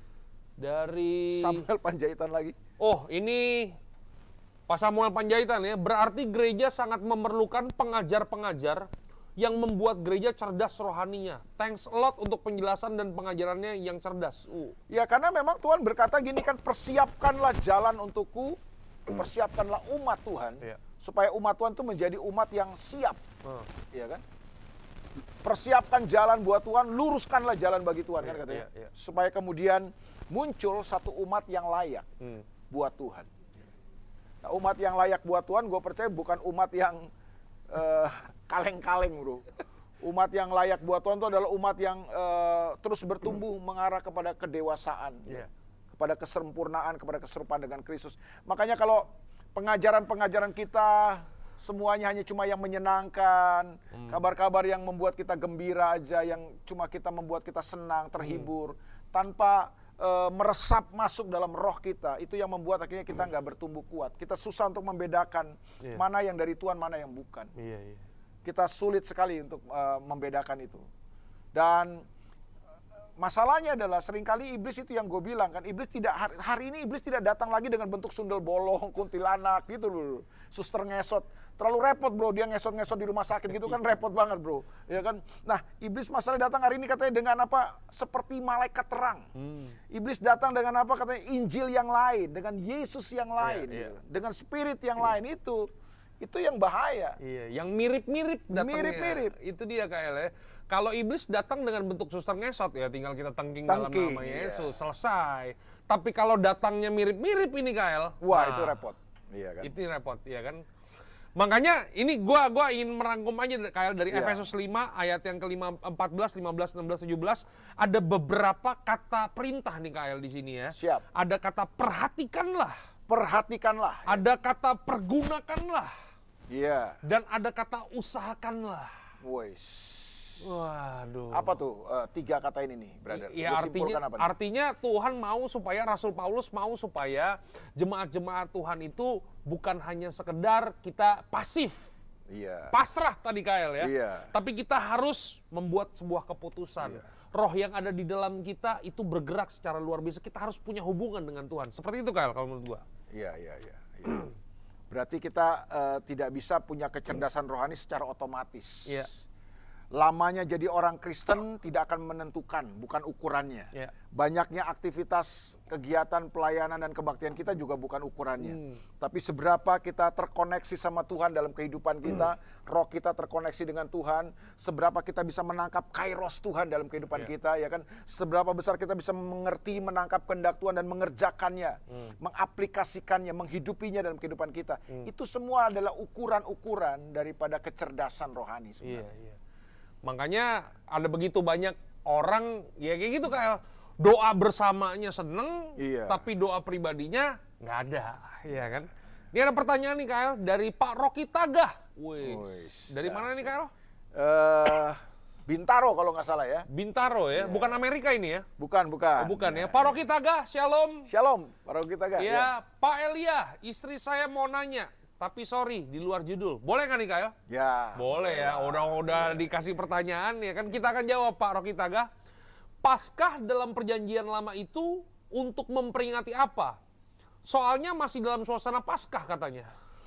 Dari Samuel Panjaitan lagi. Oh, ini Pak Samuel Panjaitan ya. Berarti gereja sangat memerlukan pengajar-pengajar yang membuat gereja cerdas rohaninya. Thanks a lot untuk penjelasan dan pengajarannya yang cerdas. Uh. Ya, karena memang Tuhan berkata gini kan, persiapkanlah jalan untukku, persiapkanlah umat Tuhan, yeah. supaya umat Tuhan itu menjadi umat yang siap. Uh. Ya kan? Persiapkan jalan buat Tuhan, luruskanlah jalan bagi Tuhan, yeah, kan katanya. Yeah, yeah. Supaya kemudian muncul satu umat yang layak hmm. buat Tuhan. Nah, umat yang layak buat Tuhan, gue percaya bukan umat yang uh, kaleng-kaleng, bro. Umat yang layak buat Tuhan itu adalah umat yang uh, terus bertumbuh hmm. mengarah kepada kedewasaan, yeah. kepada kesempurnaan, kepada keserupaan dengan Kristus. Makanya kalau pengajaran-pengajaran kita semuanya hanya cuma yang menyenangkan, hmm. kabar-kabar yang membuat kita gembira aja, yang cuma kita membuat kita senang, terhibur, hmm. tanpa Uh, meresap masuk dalam roh kita, itu yang membuat akhirnya kita nggak bertumbuh kuat. Kita susah untuk membedakan yeah. mana yang dari Tuhan, mana yang bukan. Yeah, yeah. Kita sulit sekali untuk uh, membedakan itu. Dan masalahnya adalah seringkali iblis itu yang gue bilang kan, iblis tidak hari, hari ini iblis tidak datang lagi dengan bentuk sundel bolong, kuntilanak gitu loh, suster ngesot. Terlalu repot, bro, dia ngesot-ngesot di rumah sakit gitu kan, repot banget, bro. Ya kan? Nah, iblis masalah datang hari ini katanya dengan apa? Seperti malaikat terang. Hmm. Iblis datang dengan apa? Katanya Injil yang lain, dengan Yesus yang lain, yeah, gitu. Yeah. Dengan spirit yang yeah. lain itu. Itu yang bahaya. Iya, yang mirip-mirip datangnya. Mirip-mirip. Itu dia K L ya. Kalau iblis datang dengan bentuk suster ngesot, ya tinggal kita tengking, tengking dalam nama Yesus, iya. selesai. Tapi kalau datangnya mirip-mirip ini K L, wah, nah, itu repot. Iya kan? Itu repot, ya kan? Makanya ini gua gua ingin merangkum aja K L dari yeah. Efesus lima ayat yang kelima, empat belas, lima belas, enam belas, tujuh belas, ada beberapa kata perintah nih K L di sini ya. Siap. Ada kata perhatikanlah. Perhatikanlah. Ya. Ada kata pergunakanlah. Iya. Yeah. Dan ada kata usahakanlah. Wes. Waduh. Apa tuh uh, tiga kata ini nih, brother? Ya, artinya, apa nih? Artinya Tuhan mau supaya, Rasul Paulus mau supaya jemaat-jemaat Tuhan itu bukan hanya sekedar kita pasif. Iya. Pasrah tadi K L ya. Iya. Tapi kita harus membuat sebuah keputusan. Iya. Roh yang ada di dalam kita itu bergerak secara luar biasa. Kita harus punya hubungan dengan Tuhan. Seperti itu K L kalau menurut gua. Iya, iya, iya. iya. Berarti kita uh, tidak bisa punya kecerdasan rohani secara otomatis. Iya. Lamanya jadi orang Kristen tidak akan menentukan, bukan ukurannya. Yeah. Banyaknya aktivitas, kegiatan, pelayanan, dan kebaktian kita juga bukan ukurannya. Hmm. Tapi seberapa kita terkoneksi sama Tuhan dalam kehidupan kita, hmm. roh kita terkoneksi dengan Tuhan, seberapa kita bisa menangkap kairos Tuhan dalam kehidupan yeah. kita, ya kan? Seberapa besar kita bisa mengerti, menangkap kehendak Tuhan dan mengerjakannya, hmm. mengaplikasikannya, menghidupinya dalam kehidupan kita. Hmm. Itu semua adalah ukuran-ukuran daripada kecerdasan rohani sebenarnya. Yeah, yeah. Makanya ada begitu banyak orang ya kayak gitu kayak doa bersamanya seneng, iya. tapi doa pribadinya nggak ada, ya kan? Ini ada pertanyaan nih Kyle dari Pak Rocky Tagah. Wih, dari mana nih Kyle? Uh, Bintaro kalau nggak salah ya. Bintaro ya, yeah. bukan Amerika ini ya? Bukan, bukan. Oh, bukan ya. ya. Pak Rocky Tagah, shalom. Shalom, Pak Rocky Tagah. Ya, ya, Pak Elia, istri saya mau nanya. Tapi sorry, di luar judul. Boleh nggak nih, Kyle? Ya. Boleh ya, udah-udah ya. Dikasih pertanyaan, ya kan? Kita akan jawab, Pak Rocky Tagah. Paskah dalam perjanjian lama itu untuk memperingati apa? Soalnya masih dalam suasana Paskah katanya.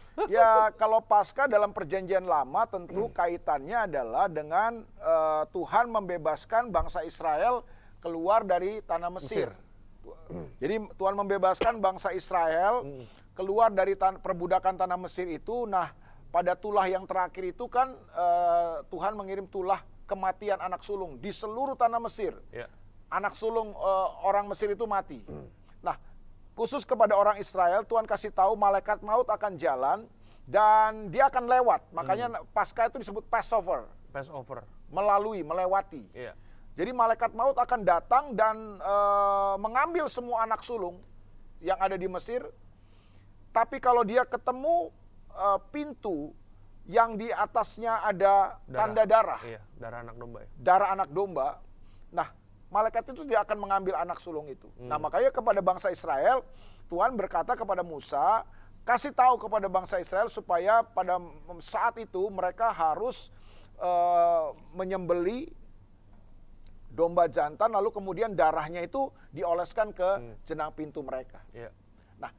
Ya, kalau Paskah dalam perjanjian lama tentu kaitannya adalah dengan uh, Tuhan membebaskan bangsa Israel keluar dari tanah Mesir. Mesir. Jadi Tuhan membebaskan bangsa Israel keluar dari tan- perbudakan tanah Mesir itu. Nah, pada tulah yang terakhir itu kan uh, Tuhan mengirim tulah kematian anak sulung di seluruh tanah Mesir. Ya. Anak sulung uh, orang Mesir itu mati. Hmm. Nah, khusus kepada orang Israel Tuhan kasih tahu malaikat maut akan jalan dan dia akan lewat. Makanya hmm. Paskah itu disebut Passover. Passover. Melalui, melewati. Ya. Jadi malaikat maut akan datang dan uh, mengambil semua anak sulung yang ada di Mesir. Tapi kalau dia ketemu uh, pintu yang di atasnya ada darah. Tanda darah. Iya, darah anak domba. Ya. Darah anak domba. Nah, malaikat itu dia akan mengambil anak sulung itu. Hmm. Nah, makanya kepada bangsa Israel, Tuhan berkata kepada Musa, kasih tahu kepada bangsa Israel supaya pada saat itu mereka harus uh, menyembeli domba jantan, lalu kemudian darahnya itu dioleskan ke hmm. jenang pintu mereka. Yeah. Nah,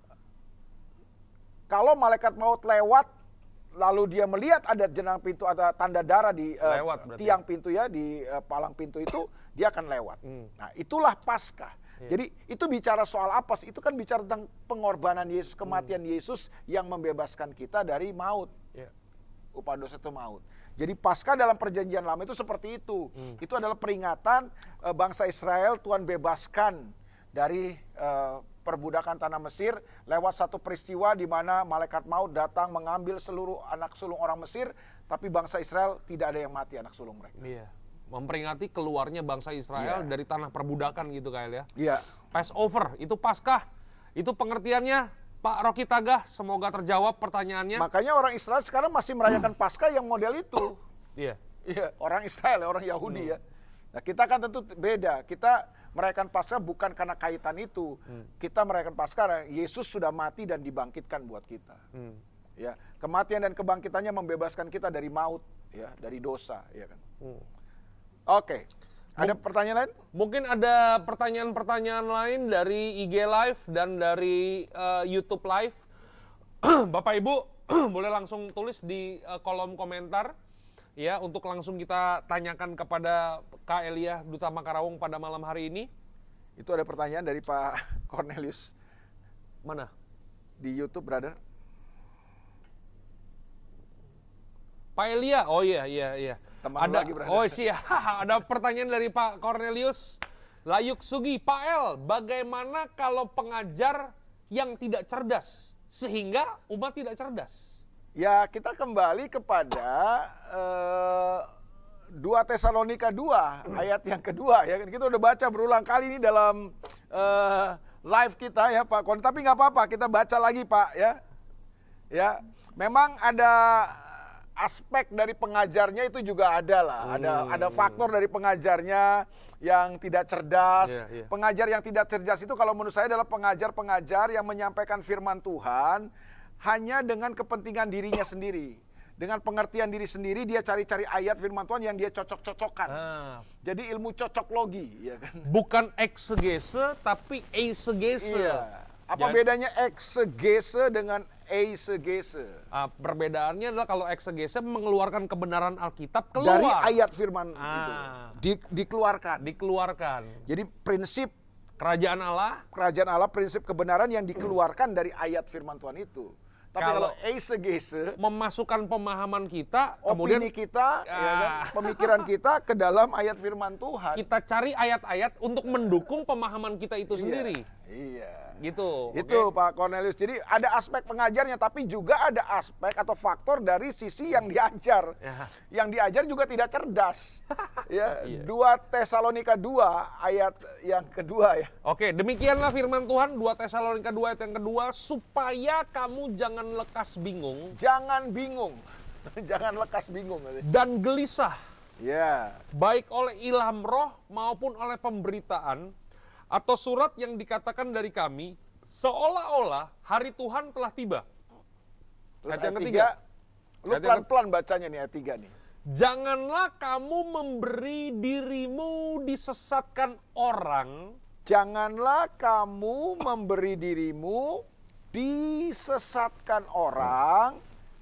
kalau malaikat maut lewat, lalu dia melihat ada jenang pintu, ada tanda darah di uh, tiang pintu ya, di uh, palang pintu itu, dia akan lewat. Hmm. Nah, itulah Paskah. Yeah. Jadi itu bicara soal apa sih? Itu kan bicara tentang pengorbanan Yesus, kematian hmm. Yesus yang membebaskan kita dari maut. Yeah. Upah dosa itu maut. Jadi Paskah dalam perjanjian lama itu seperti itu. Hmm. Itu adalah peringatan uh, bangsa Israel Tuhan bebaskan dari uh, perbudakan tanah Mesir lewat satu peristiwa di mana malaikat maut datang mengambil seluruh anak sulung orang Mesir, tapi bangsa Israel tidak ada yang mati anak sulung mereka. Iya. Memperingati keluarnya bangsa Israel yeah. dari tanah perbudakan gitu Kael ya. Iya. Yeah. Passover, itu Paskah. Itu pengertiannya Pak Rocky Tagah, semoga terjawab pertanyaannya. Makanya orang Israel sekarang masih merayakan Paskah yang model itu. Iya. Iya, orang Israel, orang Yahudi hmm. ya. Nah, kita kan tentu beda. Kita merayakan Paskah bukan karena kaitan itu. Hmm. Kita merayakan Paskah karena Yesus sudah mati dan dibangkitkan buat kita. Hmm. Ya, kematian dan kebangkitannya membebaskan kita dari maut, ya, dari dosa, ya kan. Hmm. Oke, ada pertanyaan lain? Mungkin ada pertanyaan-pertanyaan lain dari I G Live dan dari uh, YouTube Live. Bapak Ibu boleh langsung tulis di uh, kolom komentar ya untuk langsung kita tanyakan kepada Kak Elia Duta Makarawung pada malam hari ini. Itu ada pertanyaan dari Pak Cornelius. Mana? Di YouTube, brother. Pak Elia, oh iya iya iya. Teman ada lagi, oh iya, ada pertanyaan dari Pak Cornelius Layuk Sugi. Pak El, bagaimana kalau pengajar yang tidak cerdas sehingga umat tidak cerdas? Ya, kita kembali kepada uh, dua Tesalonika dua ayat yang kedua ya. Kita udah baca berulang kali ini dalam uh, live kita ya Pak Kon. Tapi nggak apa-apa, kita baca lagi Pak ya. Ya, memang ada aspek dari pengajarnya itu juga ada lah, hmm. ada ada faktor dari pengajarnya yang tidak cerdas. Yeah, yeah. Pengajar yang tidak cerdas itu kalau menurut saya adalah pengajar-pengajar yang menyampaikan firman Tuhan hanya dengan kepentingan dirinya sendiri. Dengan pengertian diri sendiri dia cari-cari ayat firman Tuhan yang dia cocok-cocokkan. Ah. Jadi ilmu cocok logi, ya kan? Bukan eksegese tapi eisegese. Iya. Apa Jadi, bedanya eksegese dengan eisegese? Uh, perbedaannya adalah kalau eksegese mengeluarkan kebenaran Alkitab keluar dari ayat firman ah. itu. Di, dikeluarkan. Dikeluarkan. Jadi prinsip kerajaan Allah, kerajaan Allah, prinsip kebenaran yang dikeluarkan dari ayat firman Tuhan itu. Tapi kalau, kalau eisegese memasukkan pemahaman kita, opini kemudian kita, ya kan, pemikiran kita ke dalam ayat firman Tuhan. Kita cari ayat-ayat untuk mendukung pemahaman kita itu iya, sendiri. Iya. Gitu. Itu okay. Pak Cornelius. Jadi ada aspek pengajarnya, tapi juga ada aspek atau faktor dari sisi yang diajar. Ya. Yang diajar juga tidak cerdas. Ya. Iya. dua Tesalonika dua ayat yang kedua ya. Oke, demikianlah firman Tuhan dua Tesalonika dua ayat yang kedua, supaya kamu jangan lekas bingung. Jangan bingung. Jangan lekas bingung. Dan gelisah. Ya. Baik oleh ilham roh maupun oleh pemberitaan atau surat yang dikatakan dari kami, seolah-olah hari Tuhan telah tiba. Terus ayat yang ketiga, lu pelan-pelan bacanya nih ayat tiga nih. Janganlah kamu memberi dirimu disesatkan orang. Janganlah kamu memberi dirimu disesatkan orang.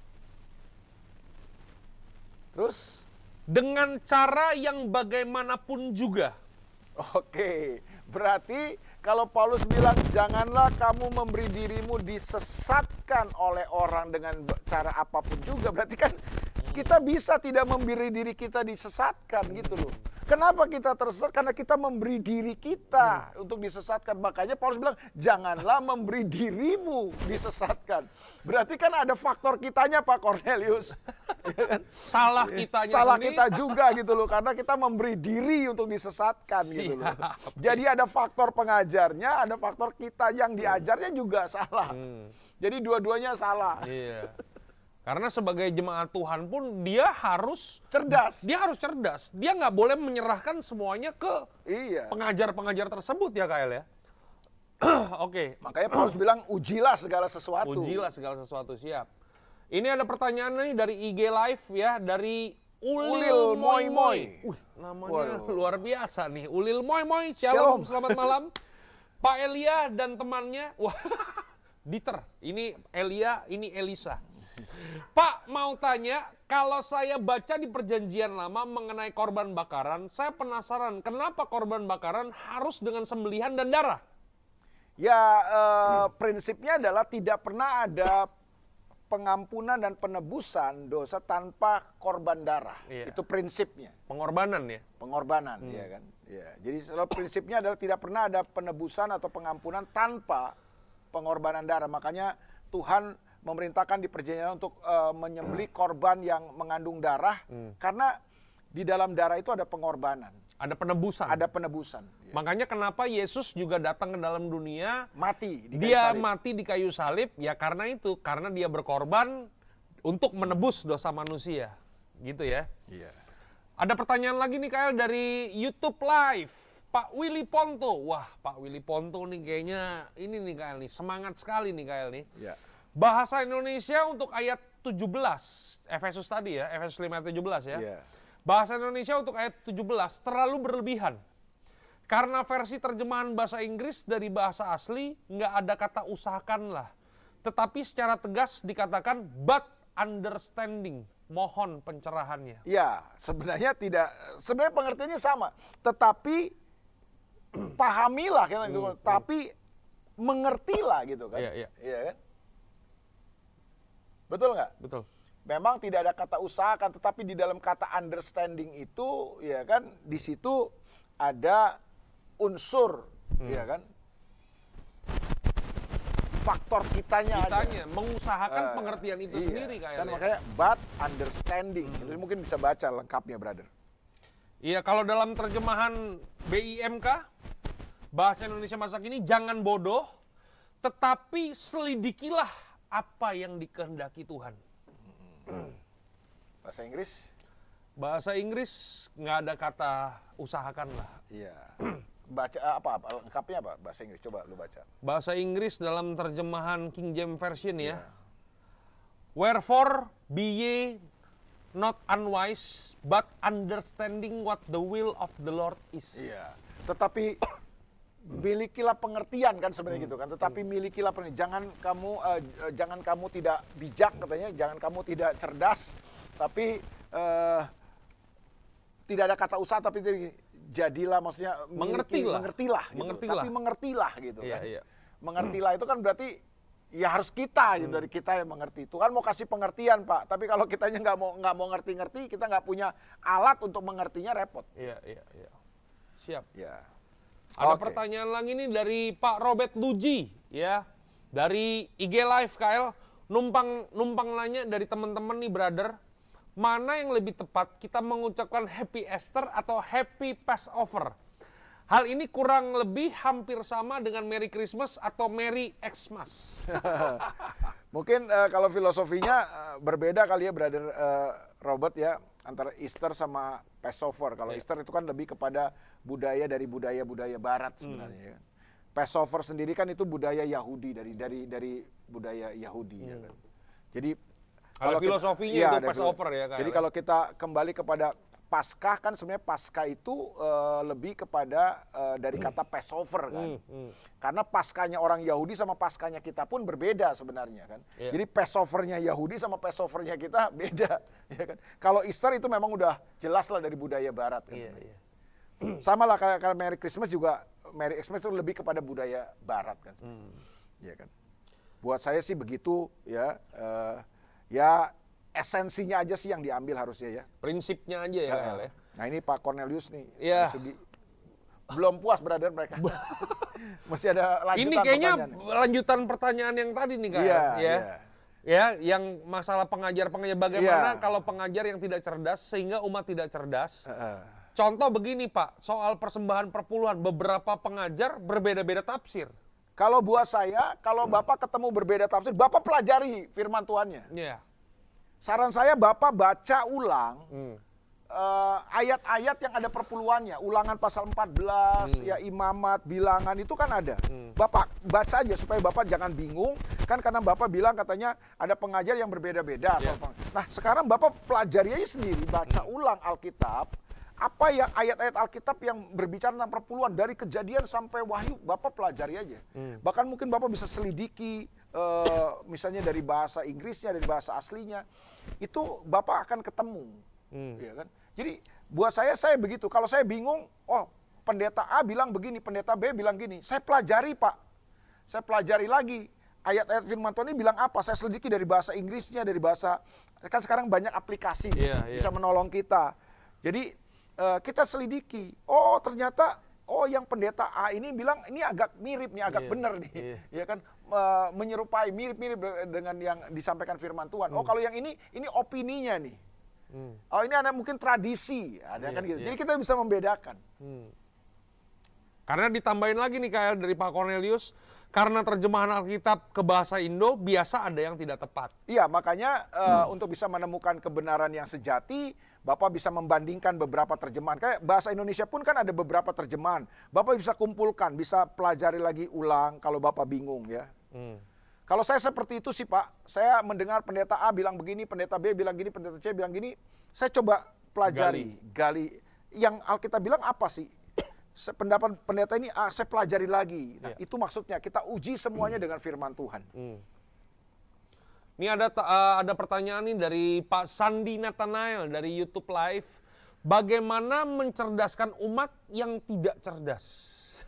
Terus? Dengan cara yang bagaimanapun juga. Oke, berarti kalau Paulus bilang janganlah kamu memberi dirimu disesatkan oleh orang dengan cara apapun juga, berarti kan kita bisa tidak memberi diri kita disesatkan gitu loh. Kenapa kita tersesat? Karena kita memberi diri kita hmm. untuk disesatkan. Makanya Paulus bilang, janganlah memberi dirimu disesatkan. Berarti kan ada faktor kitanya Pak Cornelius. Salah kitanya Salah sendiri. kita juga gitu loh. Karena kita memberi diri untuk disesatkan gitu loh. Jadi ada faktor pengajarnya, ada faktor kita yang diajarnya juga salah. Hmm. Jadi dua-duanya salah. Iya. Karena sebagai jemaat Tuhan pun dia harus cerdas. Dia harus cerdas. Dia nggak boleh menyerahkan semuanya ke iya. pengajar-pengajar tersebut ya Kael ya. Oke. Okay. Makanya Paulus bilang ujilah segala sesuatu. Ujilah segala sesuatu, siap. Ini ada pertanyaan nih dari I G Live ya, dari Ulil, Ulil Moy Moy. Wih, namanya Waduh. luar biasa nih. Ulil Moy Moy. Shalom, Shalom. Selamat malam. Pak Elia dan temannya. Wah, Dieter. Ini Elia, ini Elisa. Pak, mau tanya, kalau saya baca di Perjanjian Lama mengenai korban bakaran, saya penasaran kenapa korban bakaran harus dengan sembelihan dan darah? Ya, eh, prinsipnya adalah tidak pernah ada pengampunan dan penebusan dosa tanpa korban darah. Iya. Itu prinsipnya. Pengorbanan ya? Pengorbanan, hmm. ya kan. Ya. Jadi selalu prinsipnya adalah tidak pernah ada penebusan atau pengampunan tanpa pengorbanan darah. Makanya Tuhan memerintahkan di perjanjian untuk uh, menyembelih korban yang mengandung darah, hmm. karena di dalam darah itu ada pengorbanan. Ada penebusan. Ada penebusan. Ya. Makanya kenapa Yesus juga datang ke dalam dunia, mati di kayu dia salib. mati di kayu salib, ya karena itu, karena dia berkorban untuk menebus dosa manusia. Gitu ya. Iya. Ada pertanyaan lagi nih Kael dari YouTube Live. Pak Willy Ponto. Wah, Pak Willy Ponto nih kayaknya ini nih Kael nih, semangat sekali nih Kael nih. Iya. Bahasa Indonesia untuk ayat tujuh belas, Efesus tadi ya, Efesus lima ayat tujuh belas ya. Yeah. Bahasa Indonesia untuk ayat tujuh belas terlalu berlebihan. Karena versi terjemahan bahasa Inggris dari bahasa asli nggak ada kata usahakanlah. Tetapi secara tegas dikatakan but understanding, mohon pencerahannya. Ya, sebenarnya tidak, sebenarnya pengertiannya sama. Tetapi pahamilah, gitu, hmm, hmm. tapi mengertilah gitu kan. Iya, iya. Iya kan? Betul nggak? Betul. Memang tidak ada kata usahakan, tetapi di dalam kata understanding itu, ya kan, di situ ada unsur, hmm. ya kan, faktor kitanya, kitanya ada. mengusahakan uh, pengertian itu iya. sendiri kayaknya. Kan makanya but understanding, hmm. itu mungkin bisa baca lengkapnya, brother. Iya, kalau dalam terjemahan B I M K, bahasa Indonesia masa kini, jangan bodoh, tetapi selidikilah apa yang dikehendaki Tuhan. Hmm. Bahasa Inggris? Bahasa Inggris nggak ada kata usahakan lah. Iya. Baca apa, apa lengkapnya apa? Bahasa Inggris coba lu baca. Bahasa Inggris dalam terjemahan King James Version ya. Yeah. Wherefore be ye not unwise, but understanding what the will of the Lord is. Iya. Tetapi milikilah pengertian kan sebenarnya hmm. gitu kan. Tetapi milikilah pengertian. Jangan kamu uh, jangan kamu tidak bijak katanya, jangan kamu tidak cerdas, tapi uh, tidak ada kata usaha, tapi jadilah, maksudnya miliki, mengertilah, mengertilah, gitu. mengertilah. Tapi mengertilah gitu iya, kan. Iya. Mengertilah hmm. itu kan berarti ya harus kita, hmm. dari kita yang mengerti. Tuhan mau kasih pengertian Pak, tapi kalau kitanya nggak mau nggak mau ngerti-ngerti, kita nggak punya alat untuk mengertinya, repot. Iya, iya, iya. Siap. Ya. Ada okay. pertanyaan lagi nih dari Pak Robert Luji ya, dari I G Live K L, numpang numpang nanya dari teman-teman nih brother, mana yang lebih tepat kita mengucapkan Happy Easter atau Happy Passover? Hal ini kurang lebih hampir sama dengan Merry Christmas atau Merry Xmas. Mungkin uh, kalau filosofinya uh, berbeda kali ya brother uh, Robert ya, antara Easter sama Passover. Kalau yeah. Easter itu kan lebih kepada budaya dari budaya-budaya Barat sebenarnya. Hmm. Ya. Passover sendiri kan itu budaya Yahudi, dari dari dari budaya Yahudi. Hmm. Ya kan? Jadi kalau filosofinya kita, itu ya, Passover ya. Jadi kalau kita kembali kepada Paskah, kan sebenarnya Paskah itu uh, lebih kepada uh, dari kata Passover kan. Hmm, hmm. Karena Paskahnya orang Yahudi sama Paskahnya kita pun berbeda sebenarnya kan. Yeah. Jadi Passovernya Yahudi sama Passovernya kita beda. Ya kan? Kalau Easter itu memang udah jelas lah dari budaya Barat kan. Yeah, yeah. Sama lah kayak Merry Christmas juga, Merry Xmas itu lebih kepada budaya Barat kan. Hmm. Ya kan. Buat saya sih begitu ya. Uh, ya esensinya aja sih yang diambil harusnya ya. Prinsipnya aja ya, uh, ya. Nah ini Pak Cornelius nih, Iya. dari segi belum puas brother mereka. Masih ada lanjutan Ini kayaknya pertanyaan. lanjutan pertanyaan yang tadi nih Kak. Iya, ya. iya. Ya, yang masalah pengajar-pengajar bagaimana Iya. kalau pengajar yang tidak cerdas sehingga umat tidak cerdas. Heeh. Contoh begini Pak, soal persembahan perpuluhan, beberapa pengajar berbeda-beda tafsir. Kalau buat saya, kalau Bapak ketemu berbeda tafsir, Bapak pelajari firman Tuhannya. Iya. Saran saya Bapak baca ulang Hmm. eh, ayat-ayat yang ada perpuluhannya. Ulangan pasal empat belas, ya imamat, bilangan itu kan ada. Bapak baca aja supaya Bapak jangan bingung. Kan karena Bapak bilang katanya ada pengajar yang berbeda-beda. soal peng- Nah sekarang Bapak pelajari aja sendiri, baca ulang Alkitab. Apa yang ayat-ayat Alkitab yang berbicara tentang perpuluhan dari Kejadian sampai Wahyu, Bapak pelajari aja. Bahkan mungkin Bapak bisa selidiki, eh, misalnya dari bahasa Inggrisnya, dari bahasa aslinya, itu Bapak akan ketemu, ya kan? Jadi buat saya, saya begitu. Kalau saya bingung, oh pendeta A bilang begini, pendeta B bilang gini, saya pelajari Pak, saya pelajari lagi ayat-ayat firman Tuhan ini bilang apa, saya selidiki dari bahasa Inggrisnya, dari bahasa, kan sekarang banyak aplikasi Iya, iya. bisa menolong kita. Jadi eh, kita selidiki, oh ternyata oh yang pendeta A ini bilang ini agak mirip nih, agak Iya, benar nih, iya. ya kan, Eh, menyerupai mirip-mirip de- dengan yang disampaikan firman Tuhan. Oh kalau yang ini ini opininya nih, Hmm. oh ini ada mungkin tradisi, ada Iya, kan gitu. iya. Jadi kita bisa membedakan. Hmm. Karena ditambahin lagi nih kayak dari Pak Cornelius, karena terjemahan Alkitab ke bahasa Indo biasa ada yang tidak tepat. Iya, makanya eh, untuk bisa menemukan kebenaran yang sejati, Bapak bisa membandingkan beberapa terjemahan. Kayak bahasa Indonesia pun kan ada beberapa terjemahan. Bapak bisa kumpulkan, bisa pelajari lagi ulang kalau Bapak bingung ya. Hmm. Kalau saya seperti itu sih Pak, saya mendengar pendeta A bilang begini, pendeta B bilang gini, pendeta C bilang gini, saya coba pelajari, gali. Yang Alkitab bilang apa sih? Se- Pendapat pendeta ini ah, saya pelajari lagi. Nah, Iya. itu maksudnya kita uji semuanya dengan firman Tuhan. Hmm. Ini ada ta- eh, ada pertanyaan nih dari Pak Sandi Nathanael dari YouTube Live. Bagaimana mencerdaskan umat yang tidak cerdas?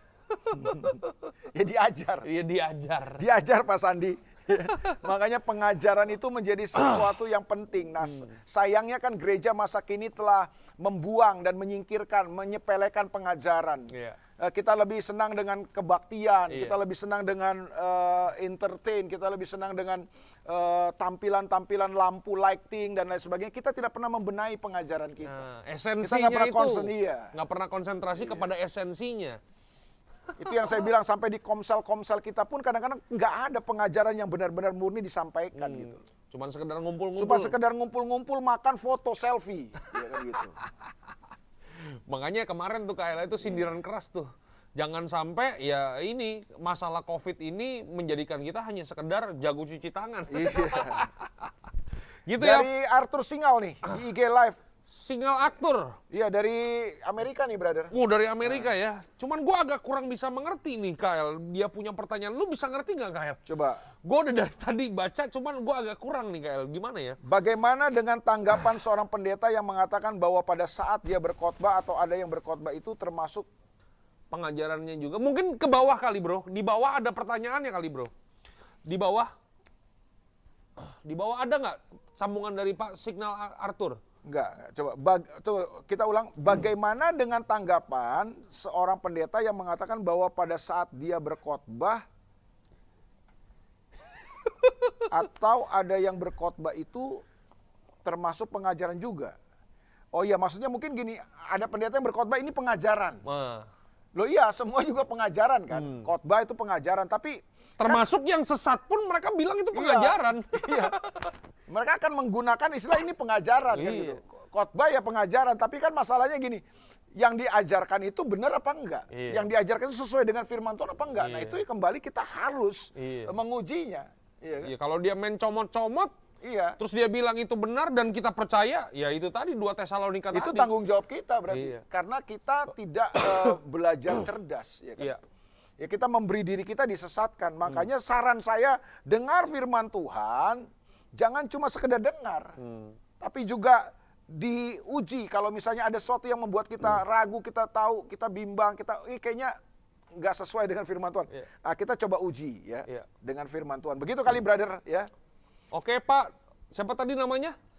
Ya diajar. Dia diajar. Diajar Pak Sandi. Makanya pengajaran itu menjadi sesuatu yang penting. Nah, sayangnya kan gereja masa kini telah membuang dan menyingkirkan, menyepelekan pengajaran. Iya. Eh, Kita lebih senang dengan kebaktian, Iya. kita lebih senang dengan eh, entertain, kita lebih senang dengan eh, tampilan-tampilan lampu, lighting dan lain sebagainya. Kita tidak pernah membenahi pengajaran kita. Nah, Kita esensinya nggak pernah itu concern, iya. nggak pernah konsentrasi kepada esensinya. Itu yang saya bilang, sampai di komsel-komsel kita pun kadang-kadang nggak ada pengajaran yang benar-benar murni disampaikan Hmm. gitu. Cuman sekedar ngumpul-ngumpul. Supaya sekedar ngumpul-ngumpul, makan, foto, selfie. Ya kan gitu. Makanya kemarin tuh Kak Ella itu sindiran keras tuh. Jangan sampai ya ini masalah COVID ini menjadikan kita hanya sekedar jago cuci tangan. Iya. Gitu ya. Dari Arthur Singal nih, di I G Live. Single aktor. Iya, dari Amerika nih, brother. Wow, dari Amerika ya. Cuman gua agak kurang bisa mengerti nih Kael. Dia punya pertanyaan. Lu bisa ngerti nggak Kael? Coba. Gua udah dari tadi baca, cuman gua agak kurang nih Kael. Gimana ya? Bagaimana dengan tanggapan seorang pendeta yang mengatakan bahwa pada saat dia berkhotbah atau ada yang berkhotbah itu termasuk Pengajarannya juga. Mungkin ke bawah kali bro. Di bawah ada pertanyaannya kali bro. Di bawah. Di bawah ada nggak sambungan dari Pak Signal Arthur? enggak, enggak. Coba, bag- coba kita ulang. Bagaimana dengan tanggapan seorang pendeta yang mengatakan bahwa pada saat dia berkhotbah atau ada yang berkhotbah itu termasuk pengajaran juga? Oh iya, maksudnya mungkin gini, ada pendeta yang berkhotbah ini pengajaran. Nah, Loh iya, semua juga pengajaran kan. Khotbah itu pengajaran, tapi termasuk yang sesat pun mereka bilang itu pengajaran. Iya. Mereka akan menggunakan istilah ini pengajaran kan Iya. gitu. Khotbah ya pengajaran, tapi kan masalahnya gini, yang diajarkan itu benar apa enggak? Iya. Yang diajarkan itu sesuai dengan firman Tuhan apa enggak? Nah, Iya. itu kembali kita harus Iya. mengujinya. Iya kan? Iya, kalau dia main comot-comot, Iya. terus dia bilang itu benar dan kita percaya, ya itu tadi dua Tesalonika tadi. Itu tanggung jawab kita berarti. Iya. Karena kita tidak eh, belajar cerdas, ya kan? Iya. Ya kita memberi diri kita disesatkan. Makanya saran saya, dengar firman Tuhan, jangan cuma sekedar dengar. Hmm. Tapi juga diuji. Kalau misalnya ada sesuatu yang membuat kita ragu, kita tahu, kita bimbang, kita Ih, kayaknya nggak sesuai dengan firman Tuhan. Iya. Nah, kita coba uji ya Iya. dengan firman Tuhan. Begitu kali brother ya. Oke Pak, siapa tadi namanya?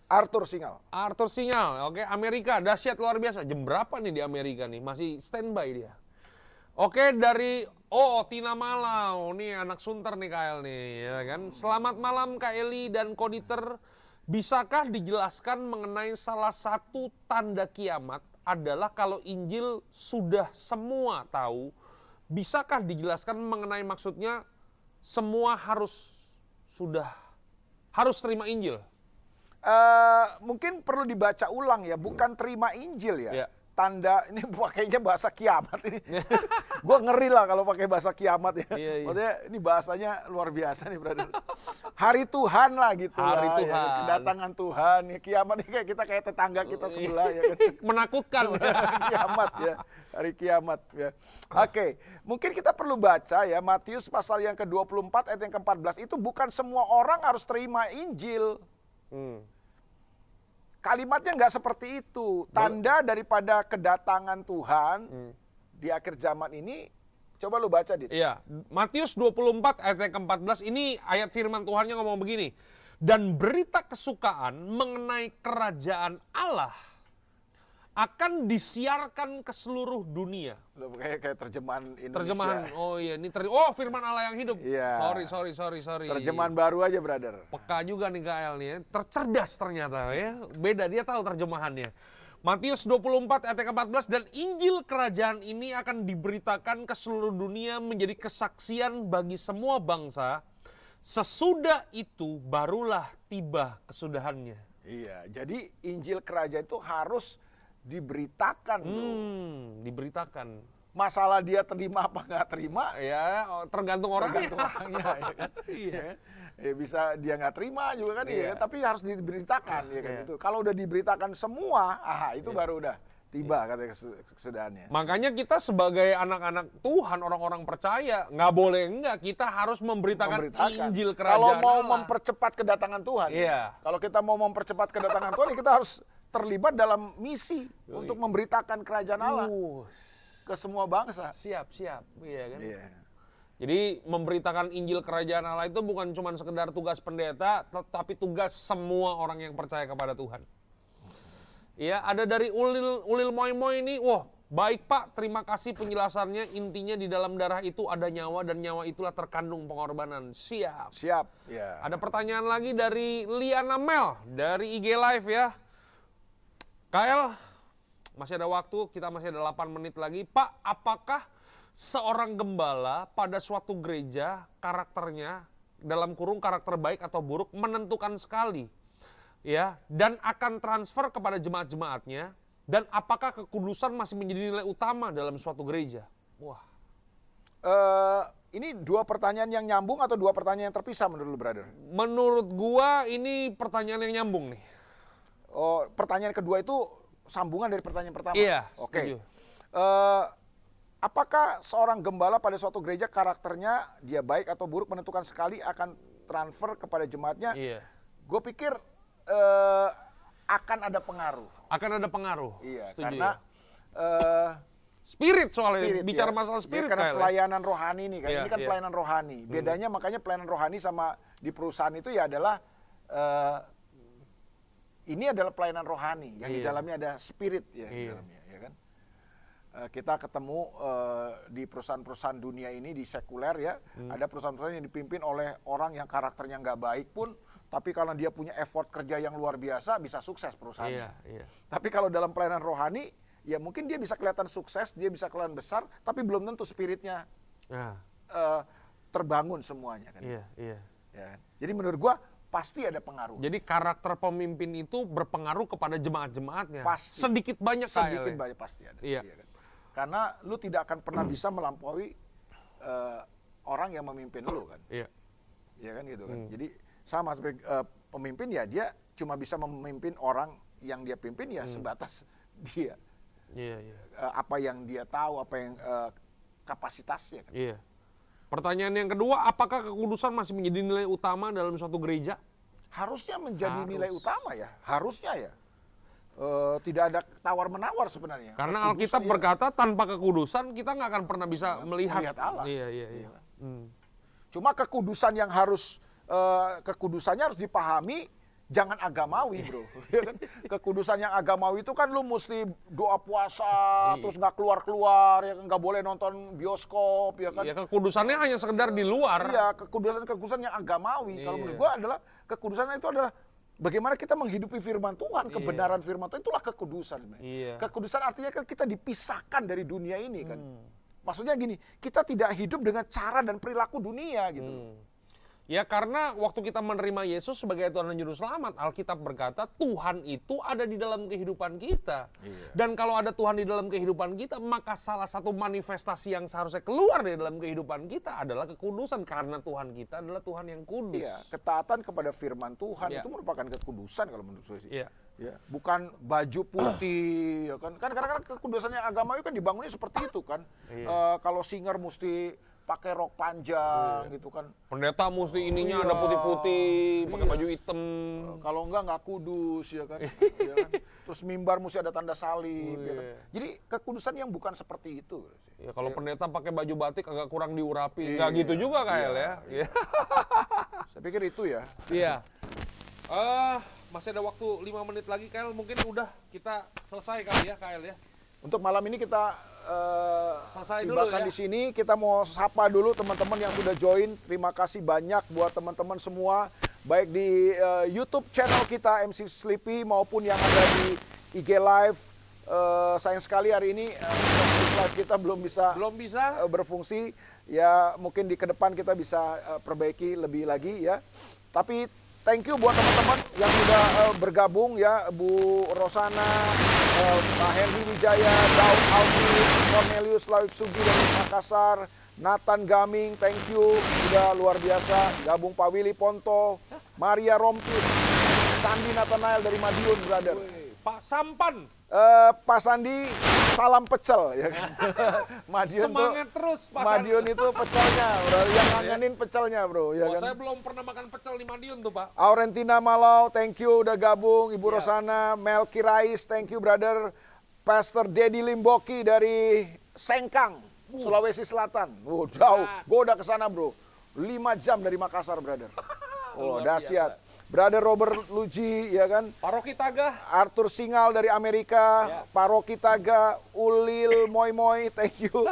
Arthur Singal. Arthur Singal, oke. Amerika, dahsyat luar biasa. Jam berapa nih di Amerika nih? Masih standby dia. Oke, dari oh Tina Malau, nih anak Sunter nih K L nih, ya kan. Selamat malam Kak Eli dan Koditer. Bisakah dijelaskan mengenai salah satu tanda kiamat adalah kalau Injil sudah semua tahu? Bisakah dijelaskan mengenai maksudnya semua harus sudah harus terima Injil? Uh, mungkin perlu dibaca ulang ya, bukan terima Injil ya. Ya. Tanda ini pakainya bahasa kiamat ini. Gue ngeri lah kalau pakai bahasa kiamat ya. Iya, iya. Maksudnya ini bahasanya luar biasa nih, brother. Hari Tuhan lah gitu. Hari lah, Tuhan. Ya. Kedatangan Tuhan. Ya, kiamat ini kayak kita kayak tetangga kita sebelah ya. Kan? Menakutkan. Kiamat ya. Hari kiamat ya. Oke, mungkin kita perlu baca ya Matius pasal yang ke dua puluh empat ayat yang ke empat belas. Itu bukan semua orang harus terima Injil. Hmm. Kalimatnya nggak seperti itu. Tanda daripada kedatangan Tuhan Hmm. di akhir zaman ini, coba lu baca, Dit. Iya, Matius dua puluh empat ayat yang ke empat belas ini ayat firman Tuhannya ngomong begini. Dan berita kesukaan mengenai kerajaan Allah akan disiarkan ke seluruh dunia. Lu kayak kayak terjemahan Indonesia. Terjemahan, oh iya ini ter oh firman Allah yang hidup. Iya. Sorry, sorry, sorry, sorry. Terjemahan baru aja, brother. Peka juga nih K L nih ya. Tercerdas ternyata ya. Beda, dia tahu terjemahannya. Matius dua puluh empat ayat ke empat belas, dan Injil kerajaan ini akan diberitakan ke seluruh dunia menjadi kesaksian bagi semua bangsa. Sesudah itu barulah tiba kesudahannya. Iya, jadi Injil kerajaan itu harus diberitakan. Hmm, diberitakan. Masalah dia terima apa nggak terima, Ya, tergantung orangnya. tergantung orangnya. Ya kan? Iya. Ya, bisa dia nggak terima juga kan, Iya. ya, tapi harus diberitakan ya kan Iya. itu. Kalau udah diberitakan semua, aha itu baru udah tiba katanya kesu- kesudahannya. Makanya kita sebagai anak-anak Tuhan, orang-orang percaya, nggak boleh enggak, kita harus memberitakan, Memberitakan. Injil kerajaan Kalau mau Allah. mempercepat kedatangan Tuhan, Iya. kalau kita mau mempercepat kedatangan Tuhan, kita harus terlibat dalam misi untuk memberitakan kerajaan Allah Uh, ke semua bangsa. siap, siap. Iya kan? Iya. Jadi memberitakan Injil kerajaan Allah itu bukan cuma sekedar tugas pendeta, tetapi tugas semua orang yang percaya kepada Tuhan. Iya, ada dari Ulil Ulil Moy Moy ini, wah baik Pak, terima kasih penjelasannya. Intinya di dalam darah itu ada nyawa dan nyawa itulah terkandung pengorbanan. Siap. Siap. Ya. Ada pertanyaan lagi dari Liana Mel dari I G Live ya. K L, masih ada waktu, kita masih ada delapan menit lagi. Pak, apakah seorang gembala pada suatu gereja karakternya dalam kurung karakter baik atau buruk menentukan sekali ya, dan akan transfer kepada jemaat-jemaatnya, dan apakah kekudusan masih menjadi nilai utama dalam suatu gereja? Wah. Eh, ini dua pertanyaan yang nyambung atau dua pertanyaan yang terpisah menurut lu, brother? Menurut gua ini pertanyaan yang nyambung nih. Oh, pertanyaan kedua itu sambungan dari pertanyaan pertama. Iya, Oke. setuju. Eh, apakah seorang gembala pada suatu gereja karakternya dia baik atau buruk menentukan sekali akan transfer kepada jemaatnya? Iya. Gue pikir eh, akan ada pengaruh. Akan ada pengaruh. Iya, Setuju karena ya? eh, Spirit soalnya, spirit, bicara ya. masalah Ya, spirit karena Kyle, ya. pelayanan rohani nih kan. Iya, Ini kan iya. pelayanan rohani. Bedanya makanya pelayanan rohani sama di perusahaan itu ya adalah eh, ini adalah pelayanan rohani yang di Iya. dalamnya ada spirit ya di Iya. dalamnya, ya kan. Eh, kita ketemu eh, di perusahaan-perusahaan dunia ini di sekuler ya, Hmm. ada perusahaan-perusahaan yang dipimpin oleh orang yang karakternya nggak baik pun, tapi karena dia punya effort kerja yang luar biasa bisa sukses perusahaannya. Iya, iya. Tapi kalau dalam pelayanan rohani, ya mungkin dia bisa kelihatan sukses, dia bisa kelihatan besar, tapi belum tentu spiritnya Nah, eh, terbangun semuanya kan. iya, iya. Ya kan? Jadi menurut gua pasti ada pengaruh. Jadi karakter pemimpin itu berpengaruh kepada jemaat-jemaatnya. Pasti. Sedikit banyak Sedikit Kyle, ya. banyak pasti ada. Iya. kan? Karena lu tidak akan pernah bisa melampaui eh, orang yang memimpin lu kan. Iya. Ya kan gitu kan. Hmm. Jadi sama seperti eh, pemimpin ya dia cuma bisa memimpin orang yang dia pimpin ya sebatas dia. Iya, iya. Eh, apa yang dia tahu, apa yang eh, kapasitasnya kan. Iya. Pertanyaan yang kedua, apakah kekudusan masih menjadi nilai utama dalam suatu gereja? Harusnya menjadi Harus. nilai utama ya, harusnya ya. Eh, tidak ada tawar-menawar sebenarnya. Karena Kekudusan Alkitab ya- berkata tanpa kekudusan kita nggak akan pernah bisa melihat, melihat Allah. Iya, iya, iya. Hmm. Cuma kekudusan yang harus, eh, kekudusannya harus dipahami jangan agamawi bro. Ya kan? Kekudusan yang agamawi itu kan lu mesti doa puasa, Iya. terus nggak keluar-keluar, ya kan? Nggak boleh nonton bioskop, ya kan? Ya kekudusannya hanya sekedar di luar. Iya, kekudusan-kekudusan yang agamawi. Kalau Iya. menurut gua adalah kekudusan itu adalah bagaimana kita menghidupi firman Tuhan, kebenaran firman Tuhan, itulah kekudusan. Iya. Kekudusan artinya kan kita dipisahkan dari dunia ini kan. Maksudnya gini, kita tidak hidup dengan cara dan perilaku dunia gitu. Hmm. Ya karena waktu kita menerima Yesus sebagai Tuhan dan Juru Selamat, Alkitab berkata Tuhan itu ada di dalam kehidupan kita. Iya. Dan kalau ada Tuhan di dalam kehidupan kita, maka salah satu manifestasi yang seharusnya keluar dari dalam kehidupan kita adalah kekudusan. Karena Tuhan kita adalah Tuhan yang kudus. Iya, ketaatan kepada firman Tuhan Iya. itu merupakan kekudusan kalau menurut saya sih. Iya. Ya, bukan baju putih, ya kan? Kan kadang-kadang kekudusannya agama itu kan dibangunnya seperti itu kan. Iya. Eh, kalau singer mesti pakai rok panjang gitu kan. Pendeta mesti ininya Iya. ada putih-putih, pakai Iya. baju hitam. Kalau enggak nggak kudus ya kan. Ya kan? Terus mimbar mesti ada tanda salib ya kan. Iya. Jadi kekudusan yang bukan seperti itu. Ya kalau pendeta pakai baju batik agak kurang diurapi, Iya. nggak gitu juga Kael Iya. ya. Iya. Saya pikir itu ya. Iya. Eh, masih ada waktu lima menit lagi Kael, mungkin udah kita selesai kali ya Kael ya. Untuk malam ini kita eh, Selesai dulu tibakan ya. di sini. Kita mau sapa dulu teman-teman yang sudah join. Terima kasih banyak buat teman-teman semua, baik di eh, YouTube channel kita M C Sleepy maupun yang ada di I G Live. Eh, sayang sekali hari ini eh, live kita belum bisa Belum bisa? eh, berfungsi. Ya mungkin di ke depan kita bisa eh, perbaiki lebih lagi ya. Tapi thank you buat teman-teman yang sudah eh, bergabung ya, Bu Rosana, eh, Pak Henry Wijaya, Daud Alvin, Cornelius Lauk Sugi dari Makassar, Nathan Gaming, thank you, sudah luar biasa. Gabung Pak Willy Ponto, Maria Rompis, Sandi Nathanael dari Madiun, brother. Pak Sampan, Eh, Pak Sandi, salam pecel ya kan. Madiun tuh, semangat terus Pak Madiun Sampan. itu pecelnya, bro. Yang ngangenin pecelnya, bro. Ya Wah, kan? saya belum pernah makan pecel di Madiun tuh Pak. Aurentina Malau, thank you udah gabung. Ibu Ya. Rosana, Melki Rais, thank you brother. Pastor Dedi Limboki dari Sengkang, Sulawesi Selatan. Oh, jauh. Ya. Gue udah kesana bro. lima jam dari Makassar, brother. Oh, Luar dahsyat. Brother Robert Luji, ya kan? Paroki Tagah, Arthur Singal dari Amerika, Ya. Paroki Taga, Ulil Moy Moy, thank you.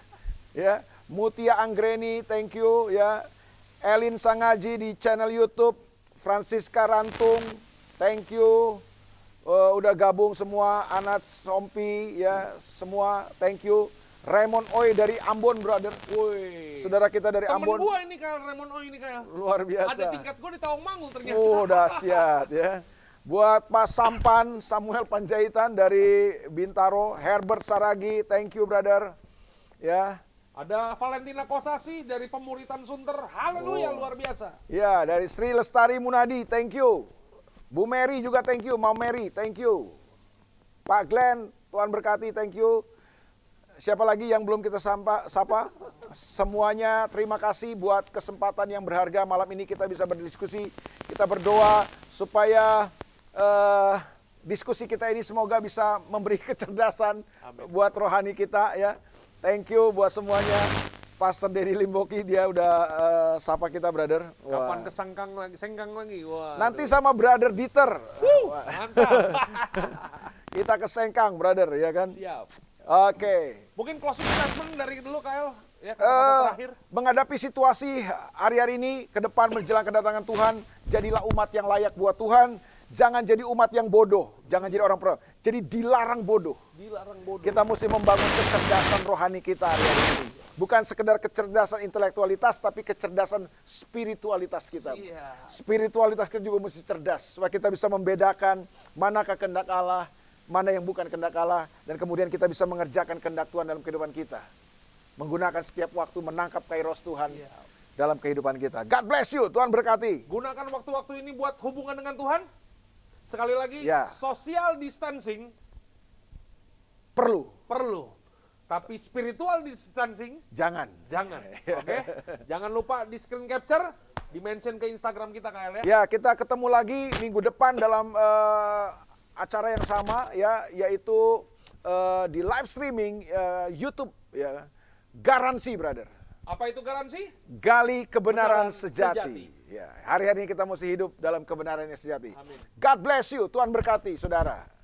Ya, Mutia Anggreni, thank you. Ya, Elin Sangaji di channel YouTube, Francisca Rantung, thank you. Uh, udah gabung semua, Anat Sompi, ya semua, thank you. Raymond Oi dari Ambon, brother. woi. Saudara kita dari Temen Ambon, gua ini Kael, Raymond Oi ini Kael. luar biasa. Ada tingkat gua di Tawangmangu ternyata. Oh, dahsyat ya. Buat Pak Sampan, Samuel Panjaitan dari Bintaro, Herbert Saragi, thank you brother. Ya. Ada Valentina Kosasi dari Pemuritan Sunter. Haleluya, Oh. luar biasa. Ya, dari Sri Lestari Munadi, thank you. Bu Mary juga thank you, Mau Mary, thank you. Pak Glenn, Tuhan berkati, thank you. Siapa lagi yang belum kita sapa, sapa? Semuanya terima kasih buat kesempatan yang berharga malam ini kita bisa berdiskusi. Kita berdoa supaya eh, diskusi kita ini semoga bisa memberi kecerdasan Amin. buat rohani kita ya. Thank you buat semuanya. Pastor Dedi Limboki dia udah eh, sapa kita brother. Wah. Kapan kesangkang lagi, sengkang lagi. Wah. Nanti sama brother Dieter. Wah, Mantap. kita ke Sengkang brother ya kan. Siap. Oke. Mungkin closing statement dari dulu Kael. Ya, Eh, kata-kata terakhir. menghadapi situasi hari-hari ini ke depan menjelang kedatangan Tuhan, jadilah umat yang layak buat Tuhan. Jangan jadi umat yang bodoh, jangan jadi orang pro. Jadi dilarang bodoh. Dilarang bodoh. Kita mesti membangun kecerdasan rohani kita hari-hari ini. Bukan sekedar kecerdasan intelektualitas, tapi kecerdasan spiritualitas kita. Iya. Spiritualitas kita juga mesti cerdas, supaya kita bisa membedakan mana kehendak Allah, mana yang bukan kehendak Allah, dan kemudian kita bisa mengerjakan kehendak Tuhan dalam kehidupan kita. Menggunakan setiap waktu menangkap kairos Tuhan Iya. dalam kehidupan kita. God bless you, Tuhan berkati. Gunakan waktu-waktu ini buat hubungan dengan Tuhan. Sekali lagi, Ya. social distancing Perlu, perlu. Tapi spiritual distancing jangan. jangan. Oke? Jangan lupa di screen capture, di mention ke Instagram kita Kael ya. Ya, kita ketemu lagi minggu depan dalam eh, acara yang sama ya, yaitu eh, di live streaming eh, YouTube ya. Garansi, brother. Apa itu garansi? Gali kebenaran Kebenaran sejati. sejati. Ya, hari-hari ini kita mesti hidup dalam kebenaran yang sejati. Amin. God bless you. Tuhan berkati, saudara.